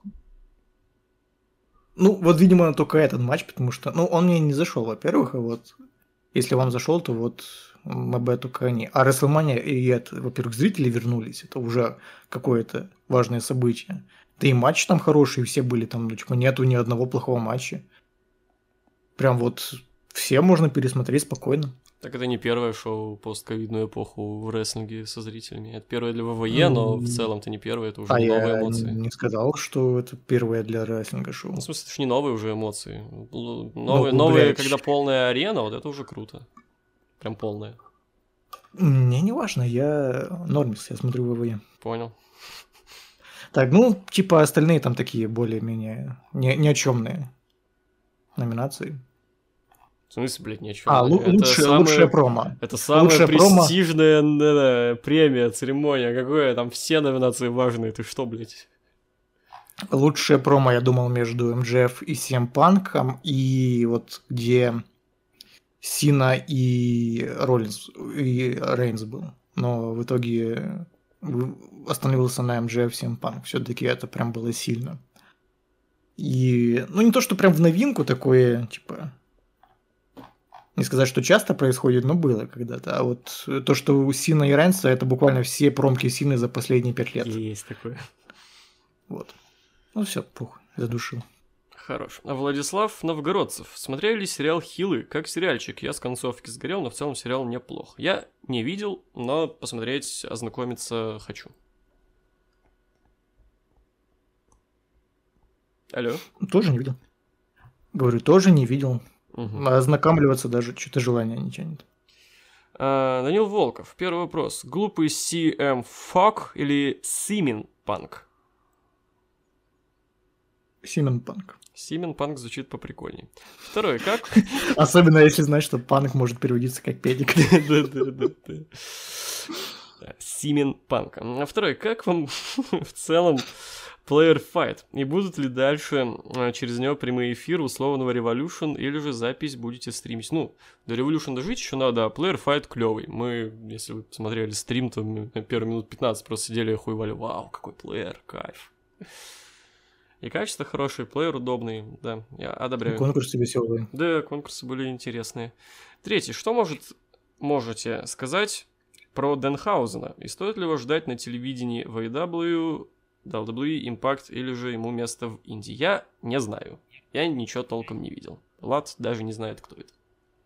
Ну, вот, видимо, только этот матч, потому что, ну, он мне не зашел, во-первых, а вот если вам зашел, то вот МБ только они. А WrestleMania, и это, во-первых, зрители вернулись, это уже какое-то важное событие. Да и матчи там хорошие, все были там, ну, типа, нету ни одного плохого матча. Прям вот все можно пересмотреть спокойно. Так это не первое шоу постковидную эпоху в рестлинге со зрителями. Это первое для ВВЕ, но в целом-то не первое, это уже новые эмоции. Я не сказал, что это первое для рестлинга шоу. Ну, в смысле, это же не новые уже эмоции. Новые, когда полная арена, вот это уже круто. Прям полная. Мне не важно, я нормис, я смотрю ВВЕ. Понял. Так, ну, типа остальные там такие более-менее ни о чёмные номинации. В смысле, блядь, ни о чём. Лучшее промо. Это самая престижная премия, церемония. Какое там все номинации важные. Ты что, блядь? Лучшее промо, я думал, между МJF и CM Панком, и вот где Сина и Роллинс, и Рейнс был. Но в итоге остановился на МJF CM Punk. Все-таки это прям было сильно. И, ну, не то, что прям в новинку такое, типа... Не сказать, что часто происходит, но было когда-то. А вот то, что у Сина и Рейнса, это буквально все промки Сины за последние 5 лет. Есть такое. Вот. Ну все, похуй, задушил. Хорош. А Владислав Новгородцев. Смотрели сериал «Хилы» как сериальчик. Я с концовки сгорел, но в целом сериал неплох. Я не видел, но посмотреть, ознакомиться хочу. Алло? Тоже не видел. Говорю, тоже не видел. Угу. Ознакомливаться даже что-то желания не тянет. Данил Волков. Первый вопрос. Глупый CM Fuck или Симен Панк? Симен Панк. Симен Панк звучит поприкольней. Второй, как? Особенно если знать, что панк может переводиться как педик. Да. Симен Панк. А второй, как вам в целом Player Fight? И будут ли дальше через него прямые эфиры условного Revolution, или же запись будете стримить? Ну, до Revolution дожить еще надо, а Player Fight клевый. Мы, если вы посмотрели стрим, то мы первые минут 15 просто сидели и охуевали. Вау, какой плеер, кайф. И качество хорошее, плеер удобный, да, я одобряю. Конкурсы веселые. Да, конкурсы были интересные. Третий, что можете сказать про Денхаузена? И стоит ли его ждать на телевидении в AEW, WWE, Impact, или же ему место в Индии? Я не знаю. Я ничего толком не видел. Влад даже не знает, кто это.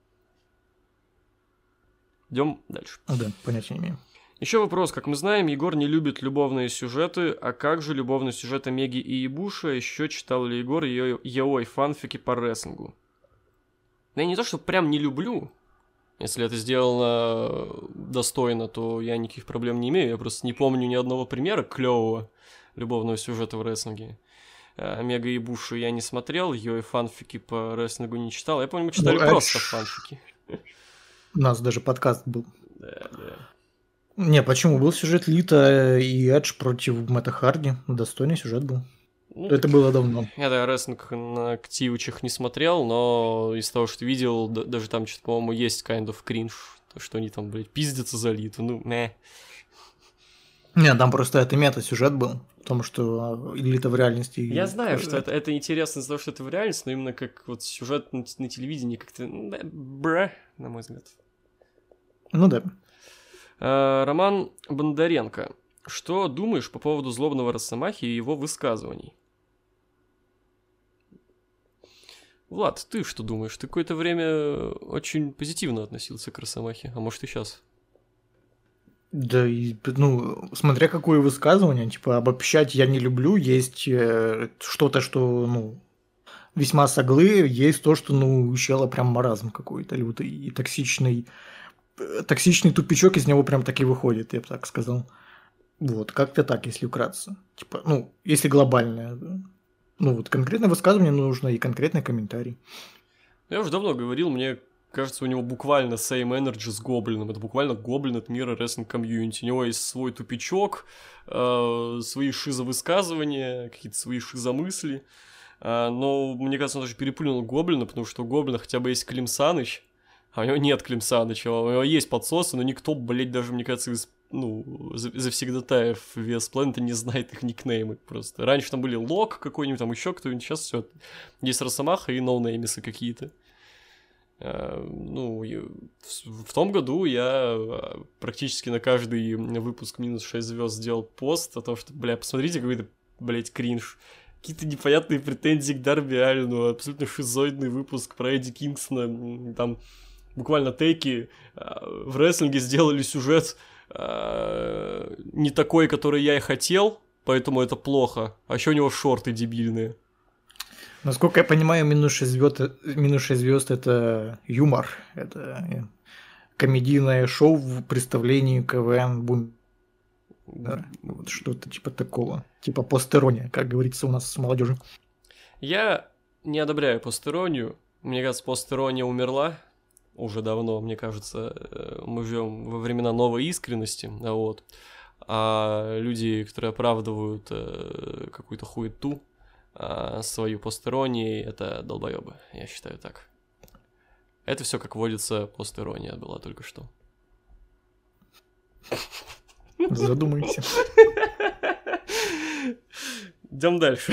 Идем дальше. Да, понятия не имею. Еще вопрос. Как мы знаем, Егор не любит любовные сюжеты. А как же любовный сюжет Омеги и Ибуша? Еще читал ли Егор яой фанфики по рестлингу? Но я не то, что прям не люблю. Если это сделано достойно, то я никаких проблем не имею. Я просто не помню ни одного примера клевого любовного сюжета в рестлинге. Омега и Ибуши я не смотрел, яой фанфики по рестлингу не читал. Я помню, мы читали просто фанфики. У нас даже подкаст был. Да. Не, почему? Был сюжет Лита и Эдж против Мэтта Харди. Достойный сюжет был. Ну, Это так было давно. я рестлинг на активучих не смотрел, но из того, что видел, даже там что-то, по-моему, есть kind of cringe. То, что они там, блядь, пиздятся за Литу. Ну, Не, там просто это мета-сюжет был. В том, что Лита в реальности... Я знаю, что это интересно из-за того, что это в реальности, но именно как вот сюжет на телевидении как-то... на мой взгляд. Ну да. Роман Бондаренко. Что думаешь по поводу злобного Росомахи и его высказываний? Влад, ты что думаешь? Ты какое-то время очень позитивно относился к Росомахе, а может и сейчас? Да, ну, смотря какое высказывание, типа, обобщать я не люблю, есть что-то, что, ну, весьма с оглы, есть то, что, ну, у чела прям маразм какой-то, лютый и токсичный тупичок из него прям так и выходит, я бы так сказал. Вот, как-то так, если вкратце. Типа, ну, если глобальное, да. Ну, вот конкретное высказывание нужно и конкретный комментарий. Я уже давно говорил, мне кажется, у него буквально same energy с Гоблином. Это буквально Гоблин от мира рестлинг комьюнити. У него есть свой тупичок, свои шизовысказывания, какие-то свои шизомысли. Но, мне кажется, он даже переплюнул Гоблина, потому что у Гоблина хотя бы есть Клим Саныч, а у него нет Клим Саныча. У него есть подсосы, но никто, блядь, даже, мне кажется, из завсегдатаев VS Planet не знает их никнеймы просто. Раньше там были Лок какой-нибудь, там еще кто-нибудь, сейчас все. Есть Росомаха и ноунеймисы какие-то. Ну, в том году я практически на каждый выпуск минус 6 звезд сделал пост о том, что, бля, посмотрите, какой-то, блядь, кринж. Какие-то непонятные претензии к Дарби Аллину, абсолютно шизоидный выпуск про Эдди Кингстона, там буквально тейки в рестлинге сделали сюжет не такой, который я и хотел, поэтому это плохо. А еще у него шорты дебильные. Насколько я понимаю, минус 6 звезд это юмор. Это комедийное шоу в представлении КВН Бум. Вот что-то типа такого. Типа постерония, как говорится у нас с молодежью. Я не одобряю постеронию. Мне кажется, постерония умерла уже давно. Мне кажется, мы живем во времена новой искренности. Вот. А люди, которые оправдывают какую-то хуету, свою постеронии, это долбоебы. Я считаю так. Это все, как водится, постерония была только что. Задумайся. Идем дальше.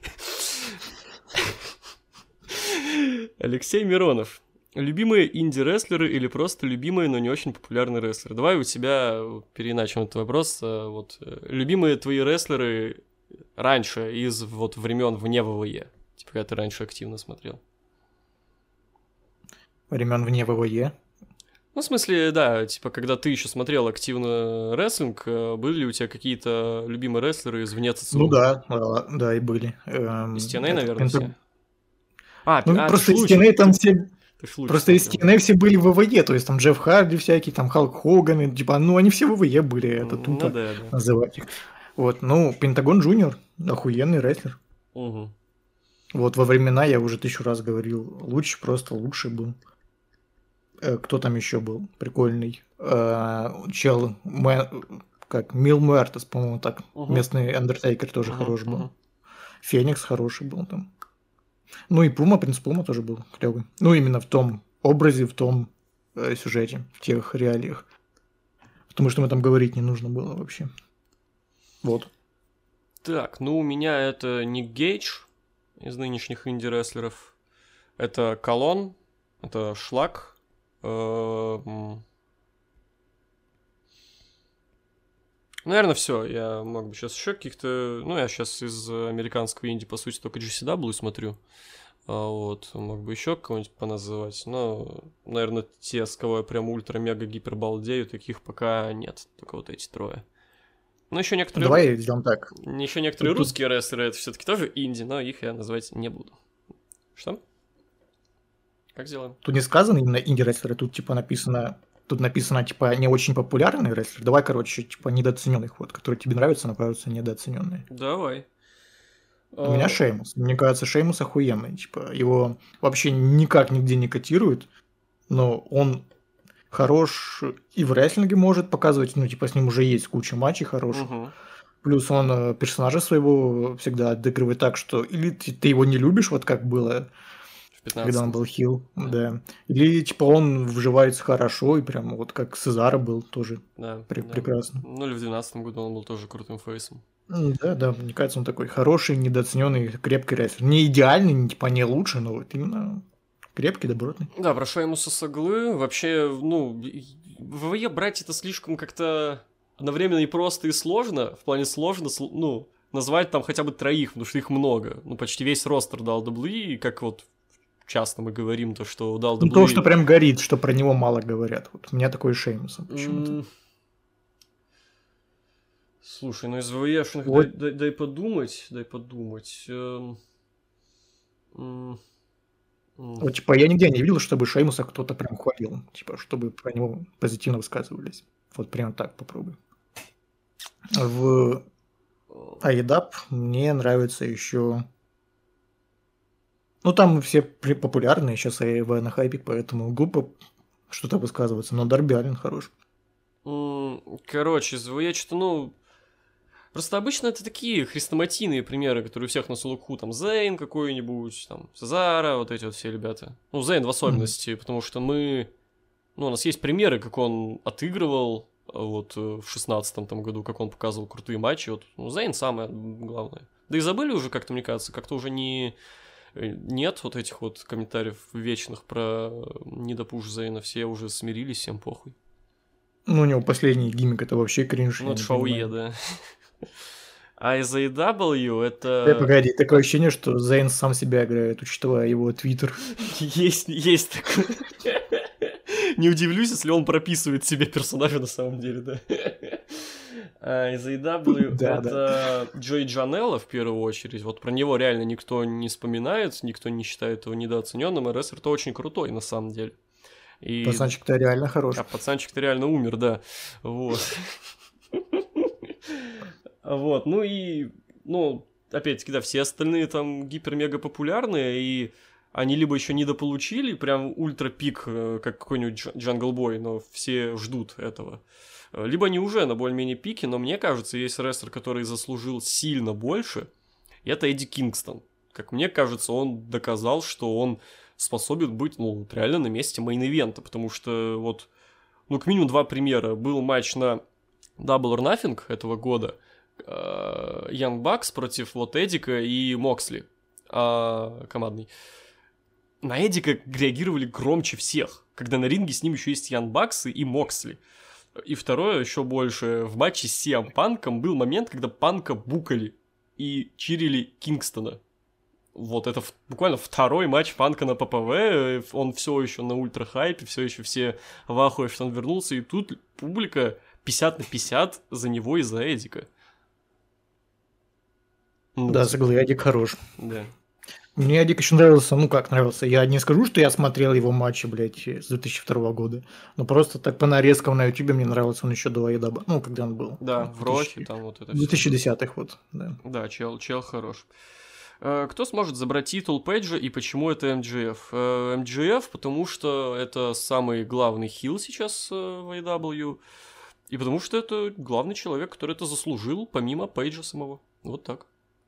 Алексей Миронов. Любимые инди-рестлеры или просто любимые, но не очень популярные рестлеры? Давай у тебя переиначим этот вопрос. Вот, любимые твои рестлеры раньше, из вот времен вне ВВЕ? Типа, когда ты раньше активно смотрел. Времен вне ВВЕ? Ну, в смысле, да, типа, когда ты еще смотрел активно рестлинг, были ли у тебя какие-то любимые рестлеры из вне ЦЦУ? Ну да, и были. Из TNA, наверное, все? Просто из TNA там все... Просто из TNA все были в ВВЕ, то есть там Джефф Харди всякие, там Халк Хоган, типа, ну они все в ВВЕ были, это тупо называть их. Вот, ну, Пентагон Джуниор, охуенный рестлер. Угу. Вот во времена, я уже 1000 раз говорил, просто лучший был. Кто там еще был? Прикольный. Чел, как Мил Муэртес, по-моему, так. Местный Андертейкер тоже хороший был. Феникс хороший был там. Ну и Пума, принц Пума тоже был клевый. Ну именно в том образе, в том сюжете, в тех реалиях. Потому что мы там говорить не нужно было вообще. Вот. Так, ну у меня это Ник Гейдж из нынешних инди-рестлеров. Это Колон, это Шлак. Наверное, все. Я мог бы сейчас еще каких-то... Ну, я сейчас из американского инди, по сути, только GCW смотрю. Вот. Мог бы еще кого-нибудь поназывать. Но, наверное, те, с кого я прям ультра-мега-гипер балдею, таких пока нет. Только вот эти трое. Ну, еще некоторые... Давай сделаем так. Еще некоторые русские рестлеры, это все-таки тоже инди, но их я называть не буду. Что? Как сделаем? Тут не сказано именно инди-рестлеры, тут типа написано... Тут написано, типа, не очень популярный рестлер. Давай, короче, типа, недооцененный ход, который тебе нравится, но кажется недооцененный. Давай. У меня Шеймус. Мне кажется, Шеймус охуенный. Типа, его вообще никак нигде не котируют, но он хорош и в рестлинге может показывать, ну, типа, с ним уже есть куча матчей хороших. Угу. Плюс он персонажа своего всегда отыгрывает так, что или ты его не любишь, вот как было, В когда он 15-м. был хил, Да. да. Или, типа, он вживается хорошо, и прям вот как Сезаро был тоже Да, да. прекрасно. Ну, или в 12-м году он был тоже крутым фейсом. Да, мне кажется, он такой хороший, недооцененный, крепкий рестлер. Не идеальный, не, типа, не лучший, но вот именно крепкий, добротный. Да, про Шеймуса Соглы вообще, ну, в ВВЕ брать это слишком как-то одновременно и просто, и сложно. В плане сложно, ну, назвать там хотя бы троих, потому что их много. Ну, почти весь ростер WWE, и как вот часто мы говорим, то, что WWE... Ну, то, что прям горит, что про него мало говорят. Вот у меня такой Шеймусом почему-то. Слушай, ну из ВВЕ, Вот. дай подумать. Вот, типа, я нигде не видел, чтобы Шеймуса кто-то прям хвалил. Типа, чтобы про него позитивно высказывались. Вот прям так попробуй. В AEW мне нравится еще... Ну, там все популярные, сейчас АЕВ на хайпе, поэтому глупо что-то высказываться. Но Дарби Аллин хорош. Короче, из ВВЕ что-то, ну... Просто обычно это такие хрестоматийные примеры, которые у всех на слуху. Там Зейн какой-нибудь, там Сезаро, вот эти вот все ребята. Ну, Зейн в особенности, потому что мы... Ну, у нас есть примеры, как он отыгрывал вот в 16-м там году, как он показывал крутые матчи. Вот, ну, Зейн самое главное. Да и забыли уже как-то, мне кажется, как-то уже нет вот этих вот комментариев вечных про недопуш Зейна. Все уже смирились, всем похуй. Ну, у него последний гиммик это вообще кринж. Ну, это Шауе, да. А из AEW это... Да, погоди, такое ощущение, что Зейн сам себя играет, учитывая его твиттер. Есть такое. Не удивлюсь, если он прописывает себе персонажа на самом деле, да. А из AEW это Джой Джанелло в первую очередь. Вот про него реально никто не вспоминает, никто не считает его недооцененным, и рестлер-то очень крутой на самом деле. Пацанчик-то реально хорош. А пацанчик-то реально умер, да. Вот. Вот, ну и, ну, опять-таки, да, все остальные там гипер-мега популярные, и они либо еще недополучили прям ультра-пик, как какой-нибудь Jungle Boy, но все ждут этого, либо они уже на более-менее пике, но мне кажется, есть рестлер, который заслужил сильно больше, и это Эдди Кингстон. Как мне кажется, он доказал, что он способен быть, ну, реально на месте мейн-ивента, потому что вот, ну, к минимум два примера. Был матч на Double or Nothing этого года, Young Bucks против вот Эдика и Моксли командный. На Эдика реагировали громче всех, когда на ринге с ним еще есть Young Bucks и Моксли. И второе, еще больше, в матче с CM Панком был момент, когда Панка букали и чирили Кингстона. Вот это буквально второй матч Панка на ППВ, он все еще на ультра-хайпе, все еще все в ахуе, что он вернулся, и тут публика 50/50 за него и за Эдика. Ну, да, согласен, Эдик хорош. Да. Мне Эдик еще нравился, ну как нравился, я не скажу, что я смотрел его матчи, блядь, с 2002 года, но просто так по нарезкам на ютубе мне нравился он еще до AEW, ну, когда он был. Да, в Роке там вот это 2010-х вот, да. Да, чел хорош. Кто сможет забрать титул Пейджа и почему это МДФ? МДФ, потому что это самый главный хил сейчас в AEW, и потому что это главный человек, который это заслужил, помимо Пейджа самого. Вот так.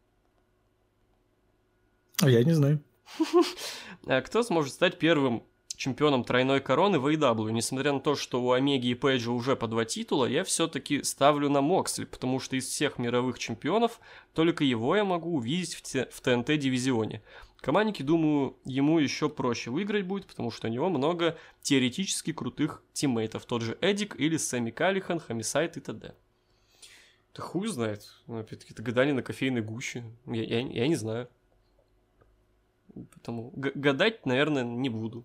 Я не знаю. Кто сможет стать первым чемпионом тройной короны в AEW? Несмотря на то, что у Омеги и Пейджа уже по 2 титула, я все-таки ставлю на Моксли, потому что из всех мировых чемпионов только его я могу увидеть в ТНТ-дивизионе. Командники, думаю, ему еще проще выиграть будет, потому что у него много теоретически крутых тиммейтов. Тот же Эдик или Сэмми Каллихан, Хомисайд и т.д. Да хуй знает. Опять-таки, это гадание на кофейной гуще. Я не знаю. Поэтому гадать, наверное, не буду.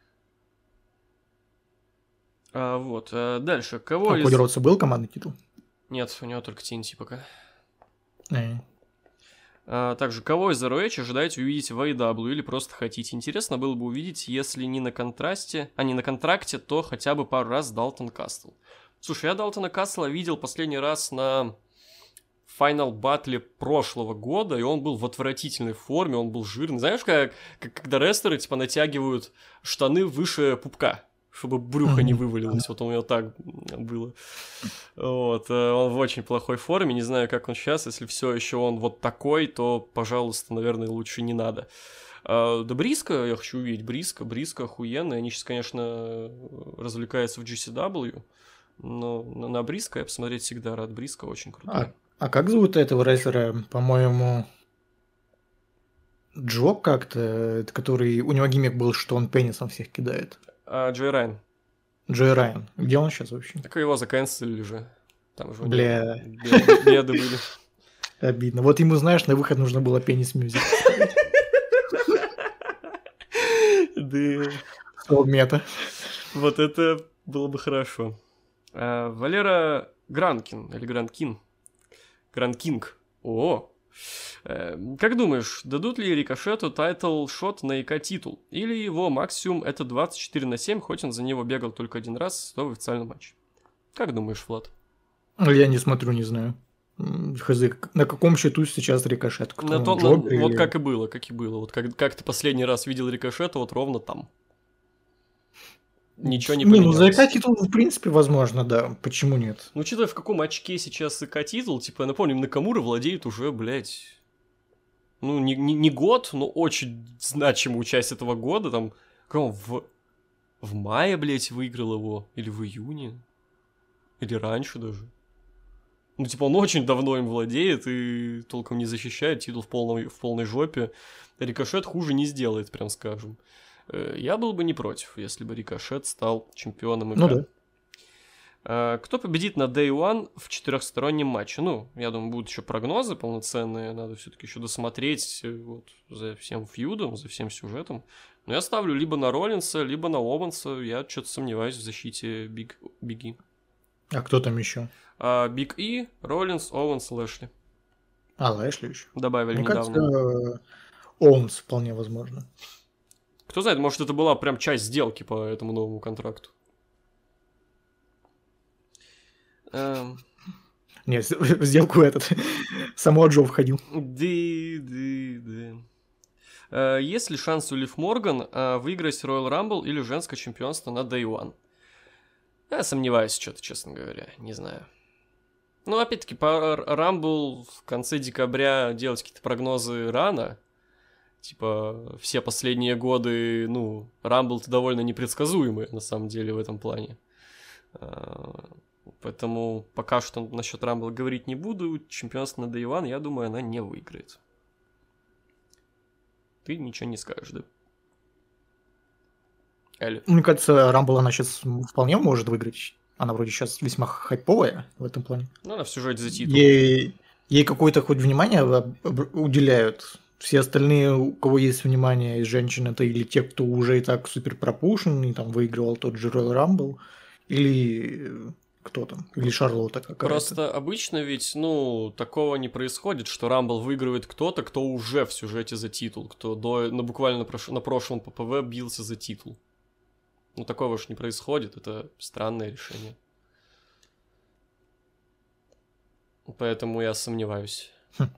Вот. Дальше. Кого Коди Роудса был командный титул? Нет, у него только TNT пока. Также, кого из ROH ожидаете увидеть в AEW или просто хотите? Интересно было бы увидеть, если не на контракте, то хотя бы пару раз Далтон Кастл. Слушай, я Далтона Кастла видел последний раз на Final Battle прошлого года, и он был в отвратительной форме, он был жирный. Знаешь, когда рестлеры типа натягивают штаны выше пупка чтобы брюхо не вывалилось. Вот у него так было. Вот. Он в очень плохой форме. Не знаю, как он сейчас. Если все еще он вот такой, то, пожалуйста, наверное, лучше не надо. Да Бриско, я хочу увидеть Бриско охуенный. Они сейчас, конечно, развлекаются в GCW, но на Бриско я посмотреть всегда рад. Бриско очень крутой. А как зовут этого рестлера? По-моему, Джо как-то, который... У него гиммик был, что он пенисом всех кидает. Джей Райан. Джей Райан. Где он сейчас вообще? Так его заканцелили же. Там же Бля. беды были. Обидно. Вот ему, знаешь, на выход нужно было пенис мюзик. Да. Мета. Вот это было бы хорошо. Валера Гранкин или Гранкин. Гранкинг. О. Как думаешь, дадут ли Рикошету тайтл-шот на ИК-титул? Или его максимум это 24/7, хоть он за него бегал только один раз в официальном матче? Как думаешь, Влад? Я не смотрю, не знаю. Хз, на каком счету сейчас Рикошет? Вот как и было. Вот как ты последний раз видел Рикошета, вот ровно там. Ничего не поменялось. За ИК-титул, в принципе, возможно, да. Почему нет? Ну, учитывая, в каком очке сейчас ИК-титул, типа, напомним, Накамура владеет уже, блядь, ну, не год, но очень значимую часть этого года, там, в мае, блядь, выиграл его, или в июне, или раньше даже. Ну, типа, он очень давно им владеет и толком не защищает, титул в полной жопе. Рикошет хуже не сделает, прям скажем. Я был бы не против, если бы Рикошет стал чемпионом ИК. Ну да. Кто победит на Day One в 4-стороннем матче? Ну, я думаю, будут еще прогнозы полноценные, надо все-таки еще досмотреть вот за всем фьюдом, за всем сюжетом. Но я ставлю либо на Роллинса, либо на Оуэнса. Я что-то сомневаюсь в защите Биг И. А кто там еще? Биг И, Роллинс, Оуэнс, Лэшли. Лэшли еще. Добавили Мне недавно. кажется, Оуэнс вполне возможно. Кто знает, может, это была прям часть сделки по этому новому контракту. Нет, в сделку само Джо входил. Да. Есть ли шанс у Лив Морган выиграть Royal Rumble или женское чемпионство на Day One? Я сомневаюсь что-то, честно говоря, не знаю. Ну, опять-таки, по Rumble в конце декабря делать какие-то прогнозы рано. Типа, все последние годы, ну, Rumble-то довольно непредсказуемый, на самом деле, в этом плане. Поэтому пока что насчет Rumble говорить не буду. Чемпионство на Day One, я думаю, она не выиграет. Ты ничего не скажешь, да? Элли? Мне кажется, Рамбл она сейчас вполне может выиграть. Она вроде сейчас весьма хайповая в этом плане. Ну, она в сюжете за титул. Ей какое-то хоть внимание уделяют. Все остальные, у кого есть внимание из женщин, это или те, кто уже и так супер пропушен, и там выигрывал тот же Royal Rumble, или кто там, или Шарлотта какая-то. Просто обычно ведь, ну, такого не происходит, что Рамбл выигрывает кто-то, кто уже в сюжете за титул, кто буквально на прошлом ППВ бился за титул. Ну, такого же не происходит, это странное решение. Поэтому я сомневаюсь.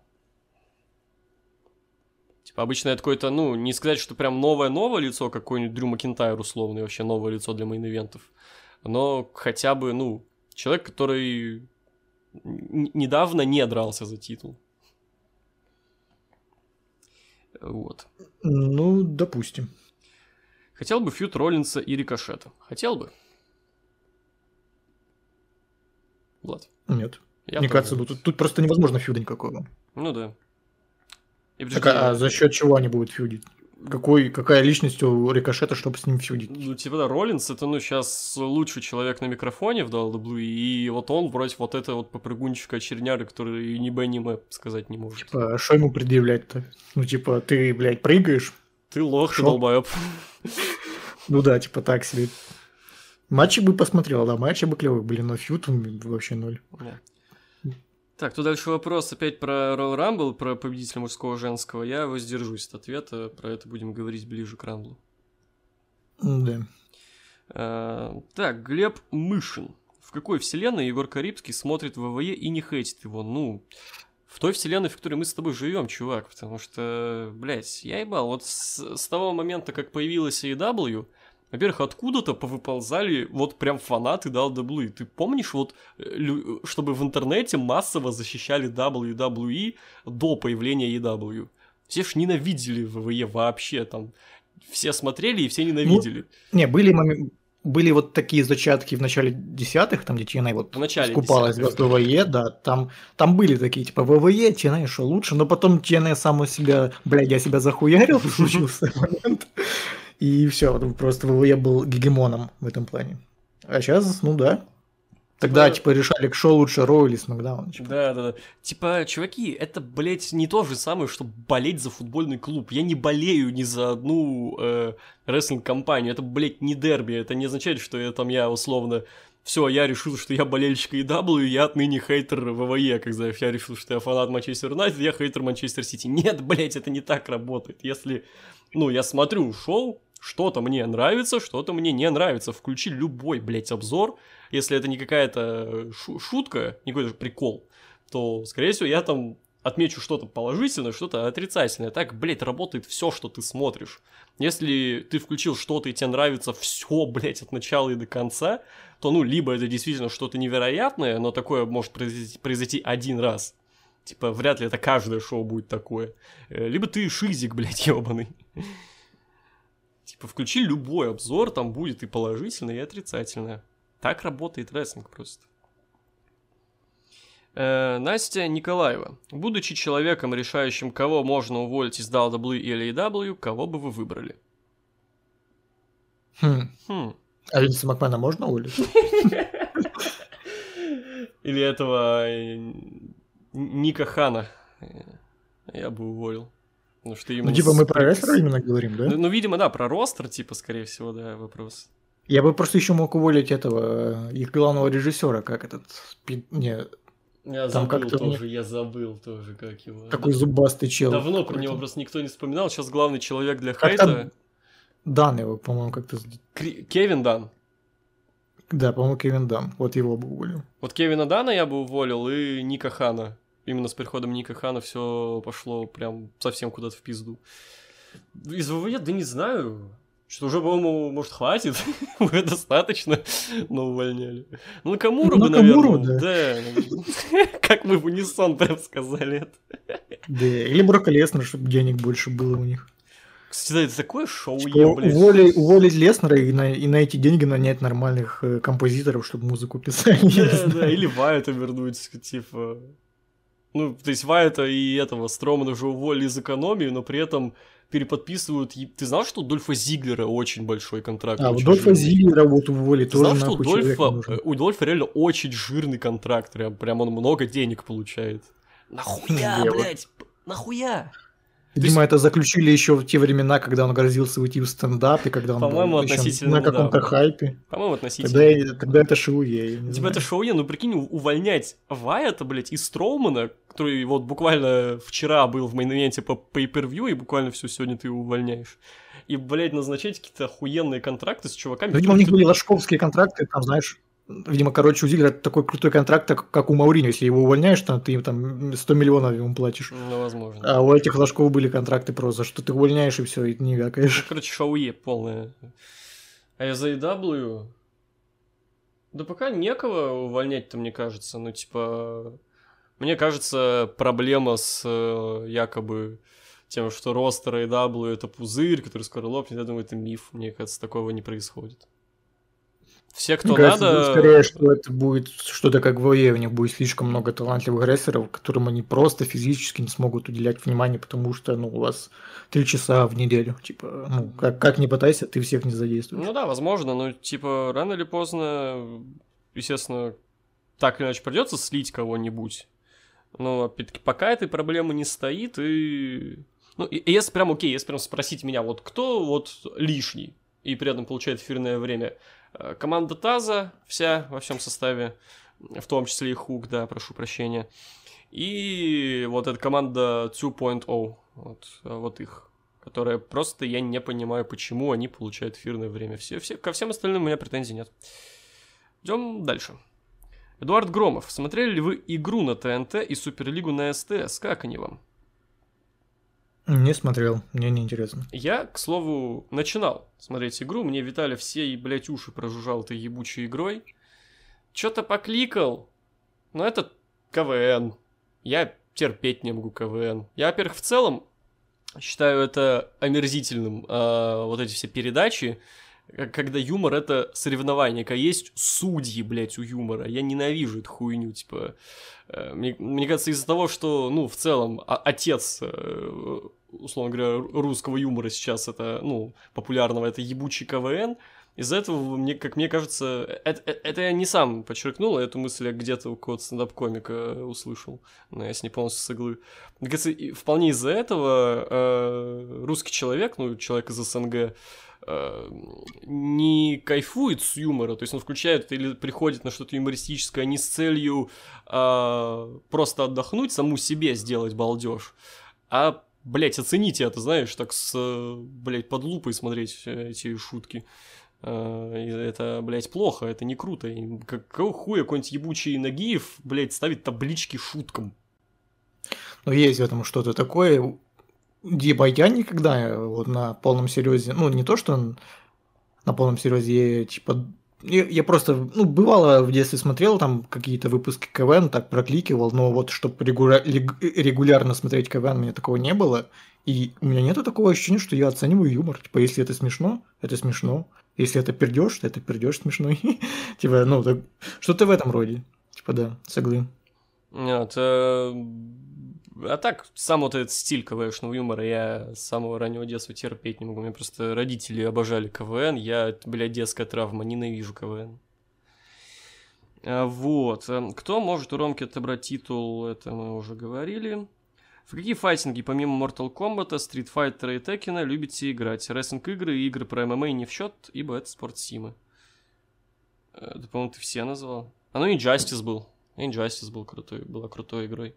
Типа, обычно это какое-то, ну, не сказать, что прям новое лицо, какой-нибудь Дрю Макинтайр условный, вообще новое лицо для мейн-ивентов. Но хотя бы, ну, человек, который недавно не дрался за титул. Вот. Ну, допустим. Хотел бы фьюд Роллинса и Рикошета? Хотел бы? Влад? Нет. Мне кажется, тут просто невозможно фьюда никакого. Ну да. Так, а за счет чего они будут фьюдить? Какая личность у Рикошета, чтобы с ним фьюдить? Ну, типа, да, Роллинс это, ну, сейчас лучший человек на микрофоне в WWE, и вот он против вот этого вот попрыгунчика черняры, который ни Б, ни М сказать не может. Типа, что ему предъявлять-то? Ну, типа, ты, блядь, прыгаешь? Ты лох, ты долбоёб. Ну да, типа так себе. Матчи бы посмотрел, да, матчи бы клевые были, но фьюд вообще ноль. Так, тут дальше вопрос опять про Royal Rumble, про победителя мужского и женского. Я воздержусь от ответа, про это будем говорить ближе к Рамблу. Да. Так, Глеб Мышин. В какой вселенной Егор Карибский смотрит ВВЕ и не хейтит его? Ну, в той вселенной, в которой мы с тобой живем, чувак, потому что, блядь, я ебал, вот с того момента, как появилась AEW, Во-первых, откуда-то повыползали вот прям фанаты WWE. Ты помнишь, вот, чтобы в интернете массово защищали WWE до появления AEW? Все ж ненавидели ВВЕ вообще там. Все смотрели и все ненавидели. Ну, не, были вот такие зачатки в начале десятых, там, где TNA вот скупалась в ВВЕ, да, там были такие, типа, ВВЕ, TNA шо лучше, но потом TNA само себя, блядь, я себя захуярил, случился момент, и все, просто ВВЕ был гегемоном в этом плане. А сейчас, ну да. Тогда, типа, решали, что лучше, Роу или Смакдаун. Типа. Да. Типа, чуваки, это, блядь, не то же самое, что болеть за футбольный клуб. Я не болею ни за одну рестлинг-компанию. Это, блядь, не дерби. Это не означает, что я условно... Все, я решил, что я болельщик AEW, я отныне хейтер ВВЕ. Когда я решил, что я фанат Манчестер Юнайтед, я хейтер Манчестер Сити. Нет, блядь, это не так работает. Если, я смотрю шоу, что-то мне нравится, что-то мне не нравится. Включи любой, блядь, обзор. Если это не какая-то шутка, не какой-то прикол, то, скорее всего, я там отмечу что-то положительное, что-то отрицательное. Так, блядь, работает все, что ты смотришь. Если ты включил что-то и тебе нравится все, блядь, от начала и до конца, то, либо это действительно что-то невероятное, но такое может произойти один раз. Типа, вряд ли это каждое шоу будет такое. Либо ты шизик, блядь, ебаный. Типа, включи любой обзор, там будет и положительное, и отрицательное. Так работает рестлинг просто. Настя Николаева. Будучи человеком, решающим, кого можно уволить из WWE или AEW, кого бы вы выбрали? А Винса Макмена можно уволить? Или этого Ника Хана я бы уволил. Ну, типа мы про рестлера именно говорим, да? Ну, видимо, да, про ростер, типа, скорее всего, да, вопрос. Я бы просто еще мог уволить этого, их главного режиссера, как этот... Я забыл тоже, как его. Такой зубастый чел. Давно про него просто никто не вспоминал, сейчас главный человек для хейта. Дан его, по-моему, как-то... Кевин Дан. Да, по-моему, Кевин Дан. Вот его бы уволил. Вот Кевина Дана я бы уволил и Ника Хана. Именно с приходом Ника Хана все пошло прям совсем куда-то в пизду. Из ВВЕ, да не знаю... Что уже, по-моему, может, хватит, уже достаточно, но увольняли. Ну, Накамуру бы, наверное. Да. Как мы в унисон прям сказали это. Да, или Брока Леснера, чтобы денег больше было у них. Кстати, да, это такое шоу, блядь. Уволить Леснера и на эти деньги нанять нормальных композиторов, чтобы музыку писали. Да, или Вайта вернуть, типа... Ну, то есть Вайта и этого Стромана уже уволили из экономии, но при этом... переподписывают... Ты знал, что у Дольфа Зиглера очень большой контракт? У Дольфа Зиглера вот уволили. Ты знал, что у Дольфа реально очень жирный контракт? Прям он много денег получает. Нахуя, блядь? Нахуя? Видимо, это заключили еще в те времена, когда он грозился уйти в стендап, и когда он был относительно на каком-то хайпе. По-моему, относительно. Тогда это шоуе. Типа это шоуе, ну прикинь, увольнять Вайата, блядь, и Строумана, который вот буквально вчера был в мейн-ивенте по pay-per-view, и буквально все сегодня ты его увольняешь. И, блядь, назначать какие-то охуенные контракты с чуваками. Видимо, у них были ложковские контракты, там, знаешь... Видимо, короче, у Зиглера такой крутой контракт, как у Мауриньо. Если его увольняешь, то ты там 100 миллионов ему платишь. Ну, возможно. А у этих ложков были контракты просто, что ты увольняешь и все, и не вякаешь. Ну, короче, шоуе полное. А за AEW... Да пока некого увольнять-то, мне кажется. Ну, типа... Мне кажется, проблема с якобы тем, что ростер AEW это пузырь, который скоро лопнет. Я думаю, это миф. Мне кажется, такого не происходит. Все, кто надо... Скорее, что это будет что-то как в ВОЕ, у них будет слишком много талантливых рестлеров, которым они просто физически не смогут уделять внимание, потому что, у вас 3 часа в неделю. Типа, как ни пытайся, ты всех не задействуешь. Ну да, возможно, но, типа, рано или поздно, естественно, так или иначе придется слить кого-нибудь. Но, опять-таки, пока этой проблемы не стоит, и... Ну, и если прям, если прям спросить меня, вот кто вот лишний и при этом получает эфирное время... Команда Таза вся во всем составе, в том числе и Хук, да, прошу прощения. И вот эта команда 2.0, вот их, которая просто, я не понимаю, почему они получают эфирное время. Ко всем остальным у меня претензий нет. Идем дальше. Эдуард Громов. Смотрели ли вы игру на ТНТ и Суперлигу на СТС? Как они вам? Не смотрел, мне неинтересно. Я, к слову, начинал смотреть игру, мне Виталий все, блядь, уши прожужжал этой ебучей игрой. Чё-то покликал, но это КВН. Я терпеть не могу КВН. Я, во-первых, в целом считаю это омерзительным, вот эти все передачи, когда юмор — это соревнование, когда есть судьи, блядь, у юмора. Я ненавижу эту хуйню, типа... Мне кажется, из-за того, что, ну, в целом, отец, условно говоря, русского юмора сейчас, это, ну, популярного, это ебучий КВН, из-за этого, как мне кажется, это я не сам подчеркнул, эту мысль я где-то у какого-то стендап-комика услышал, но я с ней полностью с иглы. Мне кажется, вполне из-за этого русский человек, ну, человек из СНГ, не кайфует с юмора, то есть он включает или приходит на что-то юмористическое не с целью просто отдохнуть, саму себе сделать балдеж, а, блять, оцените это, знаешь, так с, блять, под лупой смотреть эти шутки. Это, блядь, плохо, это не круто. И какого хуя какой-нибудь ебучий Нагиев, блядь, ставит таблички шуткам? Но есть в этом что-то такое. Типа я никогда вот на полном серьезе, ну не то, что на полном серьезе, я, типа я просто, ну, бывало в детстве смотрел там какие-то выпуски КВН, так прокликивал, но вот чтобы регулярно смотреть КВН, у меня такого не было. И у меня нету такого ощущения, что я оцениваю юмор. Типа, если это смешно, это смешно. Если это пердеж, то это пердеж смешной. Типа, ну, что-то в этом роде. Типа, да, соглы. Вот, а так, сам вот этот стиль КВНшного юмора я с самого раннего детства терпеть не могу. У меня просто родители обожали КВН, я, блядь, детская травма, ненавижу КВН. Вот. Кто может у Ромки отобрать титул, это мы уже говорили. В какие файтинги, помимо Mortal Kombat, Street Fighter и Tekken, любите играть? Рестлинг-игры и игры про ММА не в счет, ибо это спортсимы. Да, по-моему, ты все назвал. А ну, Injustice был. Injustice был крутой, была крутой игрой.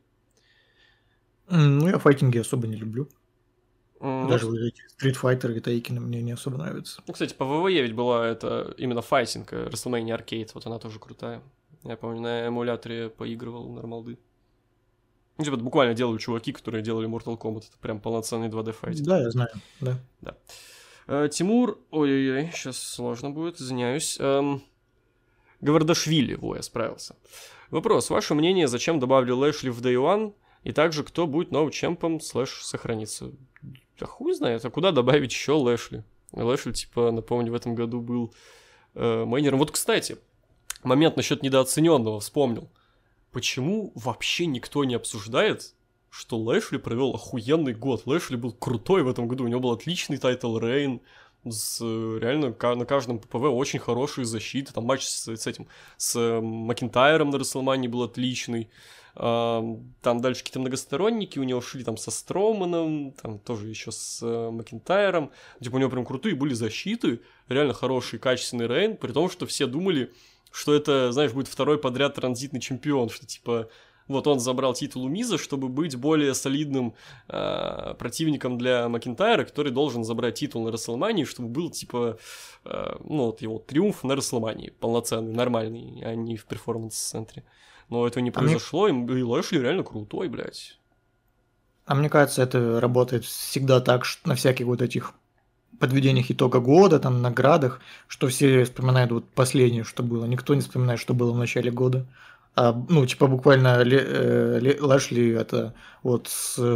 Ну, я файтинги особо не люблю. Ну, Даже вот эти Street Fighter и Тайкины мне не особо нравятся. ну, кстати, по ВВЕ ведь была это именно файтинг, WrestleMania Arcade, вот она тоже крутая. Я помню, на эмуляторе поигрывал нормалды. Ну, типа, буквально делают чуваки, которые делали Mortal Kombat. Это прям полноценный 2D файтинг. Да, я знаю, да. Да. Тимур, ой-ой-ой, сейчас сложно будет, извиняюсь. Гвардашвили, я справился. Вопрос, ваше мнение, зачем добавили Лэшли в Day One? И также, кто будет новым чемпом слэш сохранится? Да хуй знает, а куда добавить еще Лэшли? Лэшли, типа, напомню, в этом году был мейнером. Вот, кстати, момент насчет недооцененного вспомнил. Почему вообще никто не обсуждает, что Лэшли провел охуенный год? Лэшли был крутой в этом году, у него был отличный тайтл Рейн, реально на каждом ППВ очень хорошие защиты, там матч с Макинтайром на Расселмане был отличный, там дальше какие-то многосторонники у него шли там со Строуманом, там тоже еще с Макинтайром, типа у него прям крутые были защиты, реально хороший, качественный Рейн, при том, что все думали, что это, знаешь, будет второй подряд транзитный чемпион, что типа вот он забрал титул у Миза, чтобы быть более солидным противником для Макинтайра, который должен забрать титул на Расселмании, чтобы был типа, ну вот его триумф на Расселмании, полноценный, нормальный, а не в перформанс-центре. Но этого не произошло, и Лэшли реально крутой, блядь. А мне кажется, это работает всегда так, что на всяких вот этих подведениях итога года, там, наградах, что все вспоминают вот последнее, что было. Никто не вспоминает, что было в начале года. А, ну, типа, буквально Лэшли это вот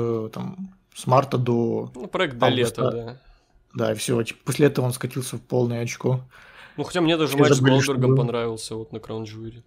с марта до Ну, проект до лета, да. Да, и все. Типа, после этого он скатился в полное очко. Ну, хотя мне даже все матч забыли, с Голдбергом понравился вот на Краун Джури.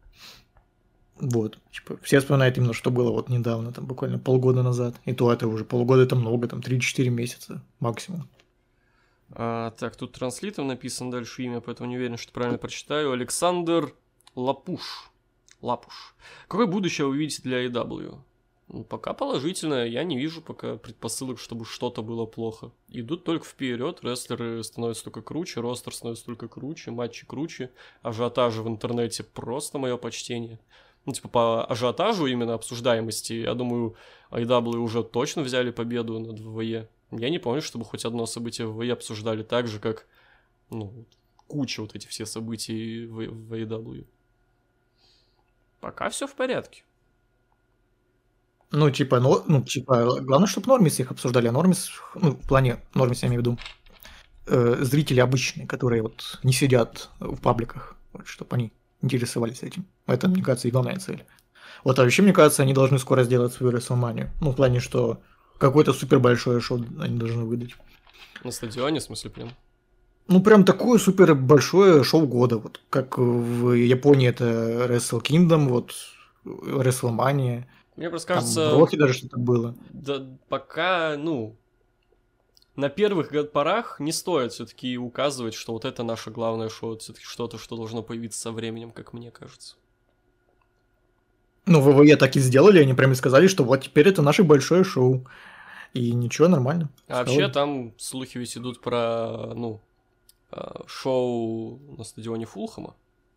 Вот, типа, все вспоминают именно, что было вот недавно, там, буквально полгода назад. И то это уже полгода, это много, там, 3-4 месяца максимум. Так, тут транслитом написано дальше имя, поэтому не уверен, что правильно прочитаю. Александр Лапуш. Какое будущее вы видите для AEW? Ну, пока положительное, я не вижу пока предпосылок, чтобы что-то было плохо. Идут только вперед, рестлеры становятся только круче, ростер становится только круче, матчи круче, ажиотажи в интернете просто мое почтение. Ну, типа, по ажиотажу именно обсуждаемости, я думаю, AEW уже точно взяли победу над ВВЕ. Я не помню, чтобы хоть одно событие в ВВЕ обсуждали так же, как, ну, куча вот эти все событий в AEW. Пока все в порядке. Ну, типа, главное, чтобы Нормис их обсуждали, а Нормис, ну, в плане Нормис, я имею в виду, зрители обычные, которые вот не сидят в пабликах, вот, чтобы они интересовались этим. Это, мне кажется, и главная цель. Вот, а вообще, мне кажется, они должны скоро сделать свою WrestleMania. Ну, в плане, что какое-то супер большое шоу они должны выдать. На стадионе, в смысле, прям? Ну, прям такое супер большое шоу года. Вот как в Японии это Wrestle Kingdom, вот WrestleMania. Мне просто Там кажется... в Роке даже что-то было. Да пока, ну... На первых порах не стоит все-таки указывать, что вот это наше главное шоу, это все-таки что-то, что должно появиться со временем, как мне кажется. Ну, ВВЕ так и сделали, они прямо сказали, что вот теперь это наше большое шоу. И ничего, нормально. А вообще там слухи ведь идут про, ну, шоу на стадионе Фулхэма.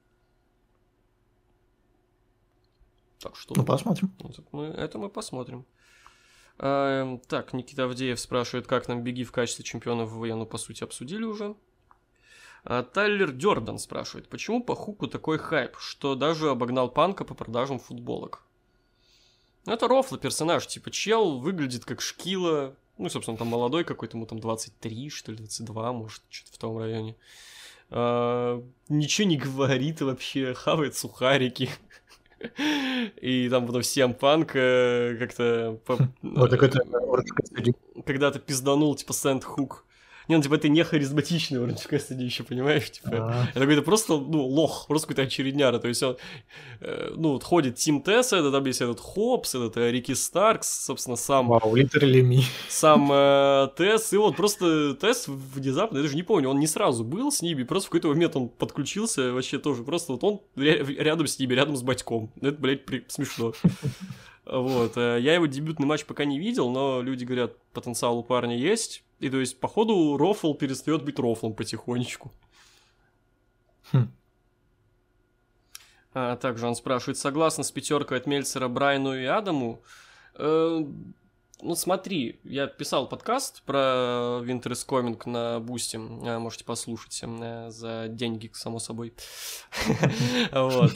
Так что... Ну, посмотрим. Это мы посмотрим. Так, Никита Авдеев спрашивает, как нам беги в качестве чемпиона ВВЕ, ну, по сути, обсудили уже. Тайлер Дёрдан спрашивает, почему по Хуку такой хайп, что даже обогнал Панка по продажам футболок? Ну, это рофло персонаж, типа, чел выглядит как Шкила, ну, собственно, там молодой какой-то, ему там 23, что ли, 22, может, что-то в том районе. Ничего не говорит вообще, хавает сухарики. И там потом CM Punk как-то... Вот так это когда-то пизданул, типа, Сэнд Хук. Не, ну, типа, это не харизматичный Orange Cassidy еще, понимаешь? Типа, это какой-то просто, ну, лох, просто какой-то очередняра. То есть он, ну, вот ходит Тим Тесс, это там есть этот Хопс, этот Рики Старкс, собственно, сам... Вау, literally me. Сам Тесс, и вот просто Тесс внезапно, я даже не помню, он не сразу был с ними, просто в какой-то момент он подключился вообще тоже, просто вот он рядом с ними, рядом с батьком. Это, блядь, смешно. Вот, я его дебютный матч пока не видел, но люди говорят, потенциал у парня есть, и то есть, походу, рофл перестает быть рофлом потихонечку. Также он спрашивает, согласна с пятеркой от Мельцера, Брайану и Адаму? Ну, смотри, я писал подкаст про Winter is Coming на Бусти, можете послушать за деньги, само собой. Вот.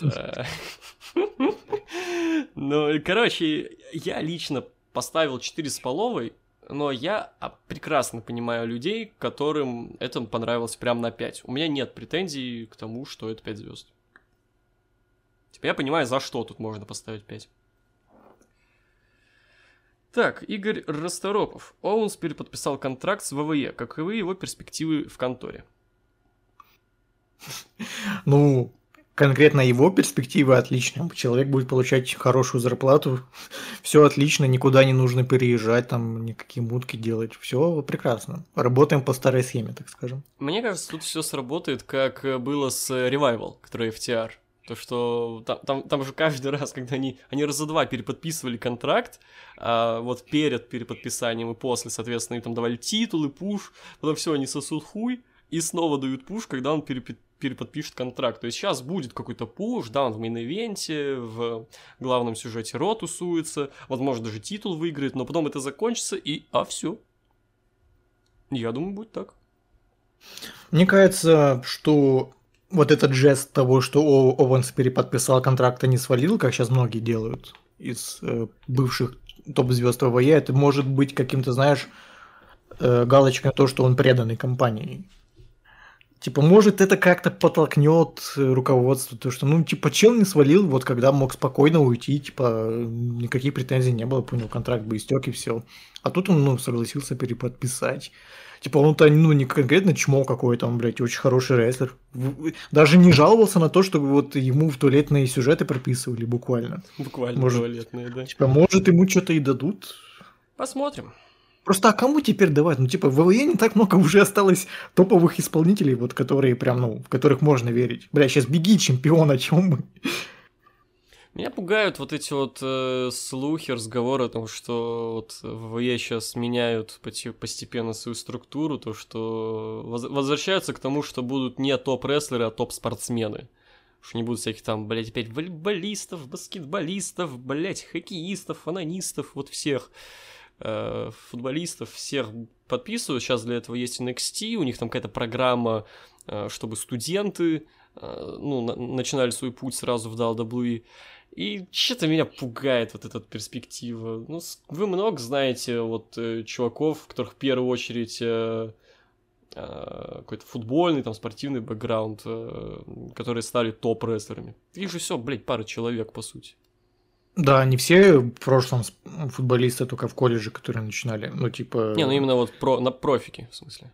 Ну, короче, я лично поставил 4 с половой, но я прекрасно понимаю людей, которым это понравилось прям на 5. У меня нет претензий к тому, что это 5 звезд. Типа я понимаю, за что тут можно поставить 5. Так, Игорь Расторопов. Оуэнс переподписал контракт с ВВЕ. Каковы его перспективы в конторе? Ну, конкретно его перспективы отличные. Человек будет получать хорошую зарплату. Все отлично, никуда не нужно переезжать, там никакие мутки делать. Все прекрасно. Работаем по старой схеме, так скажем. Мне кажется, тут все сработает, как было с Revival, который FTR. То, что там же каждый раз, когда они раза два переподписывали контракт, вот перед переподписанием и после, соответственно, им там давали титулы, пуш, потом все, они сосут хуй, и снова дают пуш, когда он переподпишет контракт. То есть сейчас будет какой-то пуш, да, он в мейн-ивенте, в главном сюжете Ро тусуется, возможно, даже титул выиграет, но потом это закончится, и все. Я думаю, будет так. Мне кажется, что вот этот жест того, что Оуэнс переподписал контракт, а не свалил, как сейчас многие делают из бывших топ-звезд ВВЕ, это может быть каким-то, знаешь, галочкой на то, что он преданный компании. Типа, может, это как-то подтолкнет руководство, то, что, ну, типа, чел не свалил, вот когда мог спокойно уйти, типа, никаких претензий не было, понял, контракт бы истек и все. А тут он, ну, согласился переподписать. Типа, он-то, ну, не конкретно чмо какой-то, он, блядь, очень хороший рестлер. Даже не жаловался на то, что вот ему в туалетные сюжеты прописывали буквально. Буквально может, туалетные, да. Типа, может, ему что-то и дадут. Посмотрим. Просто а кому теперь давать? Ну, типа, в ВВЕ не так много уже осталось топовых исполнителей, вот, которые прям, ну, в которых можно верить. Бля, сейчас беги, чемпион, о чем мы? Меня пугают вот эти вот слухи, разговоры о том, что вот ВВЕ сейчас меняют постепенно свою структуру, то, что возвращаются к тому, что будут не топ-рестлеры, а топ-спортсмены. Что не будут всяких там, блядь, опять волейболистов, баскетболистов, блядь, хоккеистов, анонистов, вот всех футболистов, всех подписывают. Сейчас для этого есть NXT, у них там какая-то программа, чтобы студенты начинали свой путь сразу в WWE. И что-то меня пугает вот эта перспектива. Ну, вы много знаете вот чуваков, у которых в первую очередь какой-то футбольный, там, спортивный бэкграунд, которые стали топ-рестлерами. Их же все, блядь, пара человек, по сути. Да, не все в прошлом футболисты, только в колледже, которые начинали. Ну, типа... Не, ну именно вот на профике, в смысле.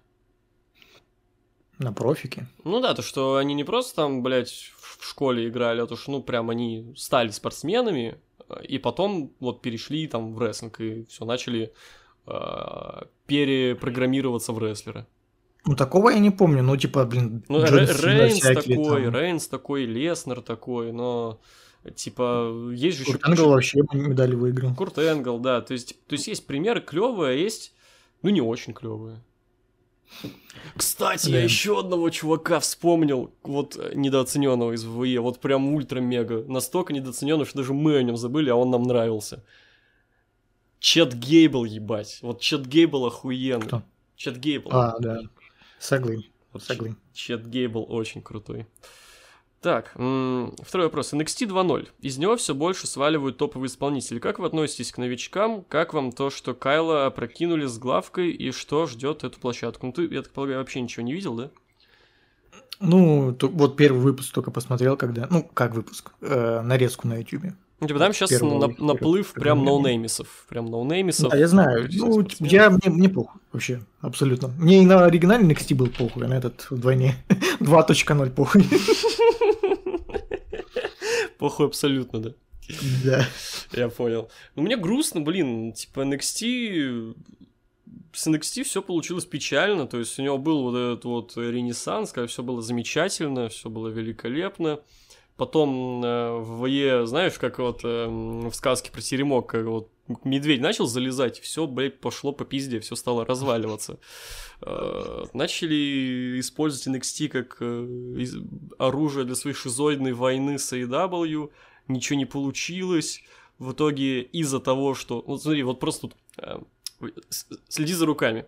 На профике? Ну да, то, что они не просто там, блядь, в школе играли, а то, что, ну, прям они стали спортсменами, и потом вот перешли там в рестлинг, и все, начали перепрограммироваться в рестлера. Ну, такого я не помню, ну, типа, блин, ну, Рейнс такой, Леснер такой, но, типа, есть же еще... Курт Энгл вообще медали выиграл. Курт Энгл, да, то есть примеры клевые, а есть, ну, не очень клевые. Кстати, я еще одного чувака вспомнил, вот недооцененного из ВВЕ, вот прям ультра-мега, настолько недооцененного, что даже мы о нем забыли, а он нам нравился. Чет Гейбл, ебать, вот Чет Гейбл охуенный. Кто? Чет Гейбл. А, да, согласен. Вот Чет Гейбл очень крутой. Так, второй вопрос. NXT 2.0. Из него все больше сваливают топовые исполнители. Как вы относитесь к новичкам? Как вам то, что Кайла опрокинули с главкой, и что ждет эту площадку? Ну, ты, я так полагаю, вообще ничего не видел, да? Ну, вот первый выпуск только посмотрел, когда... Ну, как выпуск? Нарезку на YouTube. Ну, типа там сейчас наплыв прям ноунеймисов. Прям ноунеймисов. Да, я знаю. Ну, мне похуй вообще, абсолютно. Мне и на оригинальный NXT был похуй, а на этот вдвойне 2.0 похуй. Похуй абсолютно, да. Да. Я понял. Ну, мне грустно, блин, типа NXT... С NXT все получилось печально, то есть у него был вот этот вот ренессанс, когда все было замечательно, все было великолепно. Потом в ВЕ, знаешь, как вот в сказке про Теремок, как вот медведь начал залезать, все, блядь, пошло по пизде, все стало разваливаться. Начали использовать NXT как оружие для своей шизоидной войны с AEW, ничего не получилось. В итоге из-за того, что... Вот смотри, вот просто тут... Следи за руками.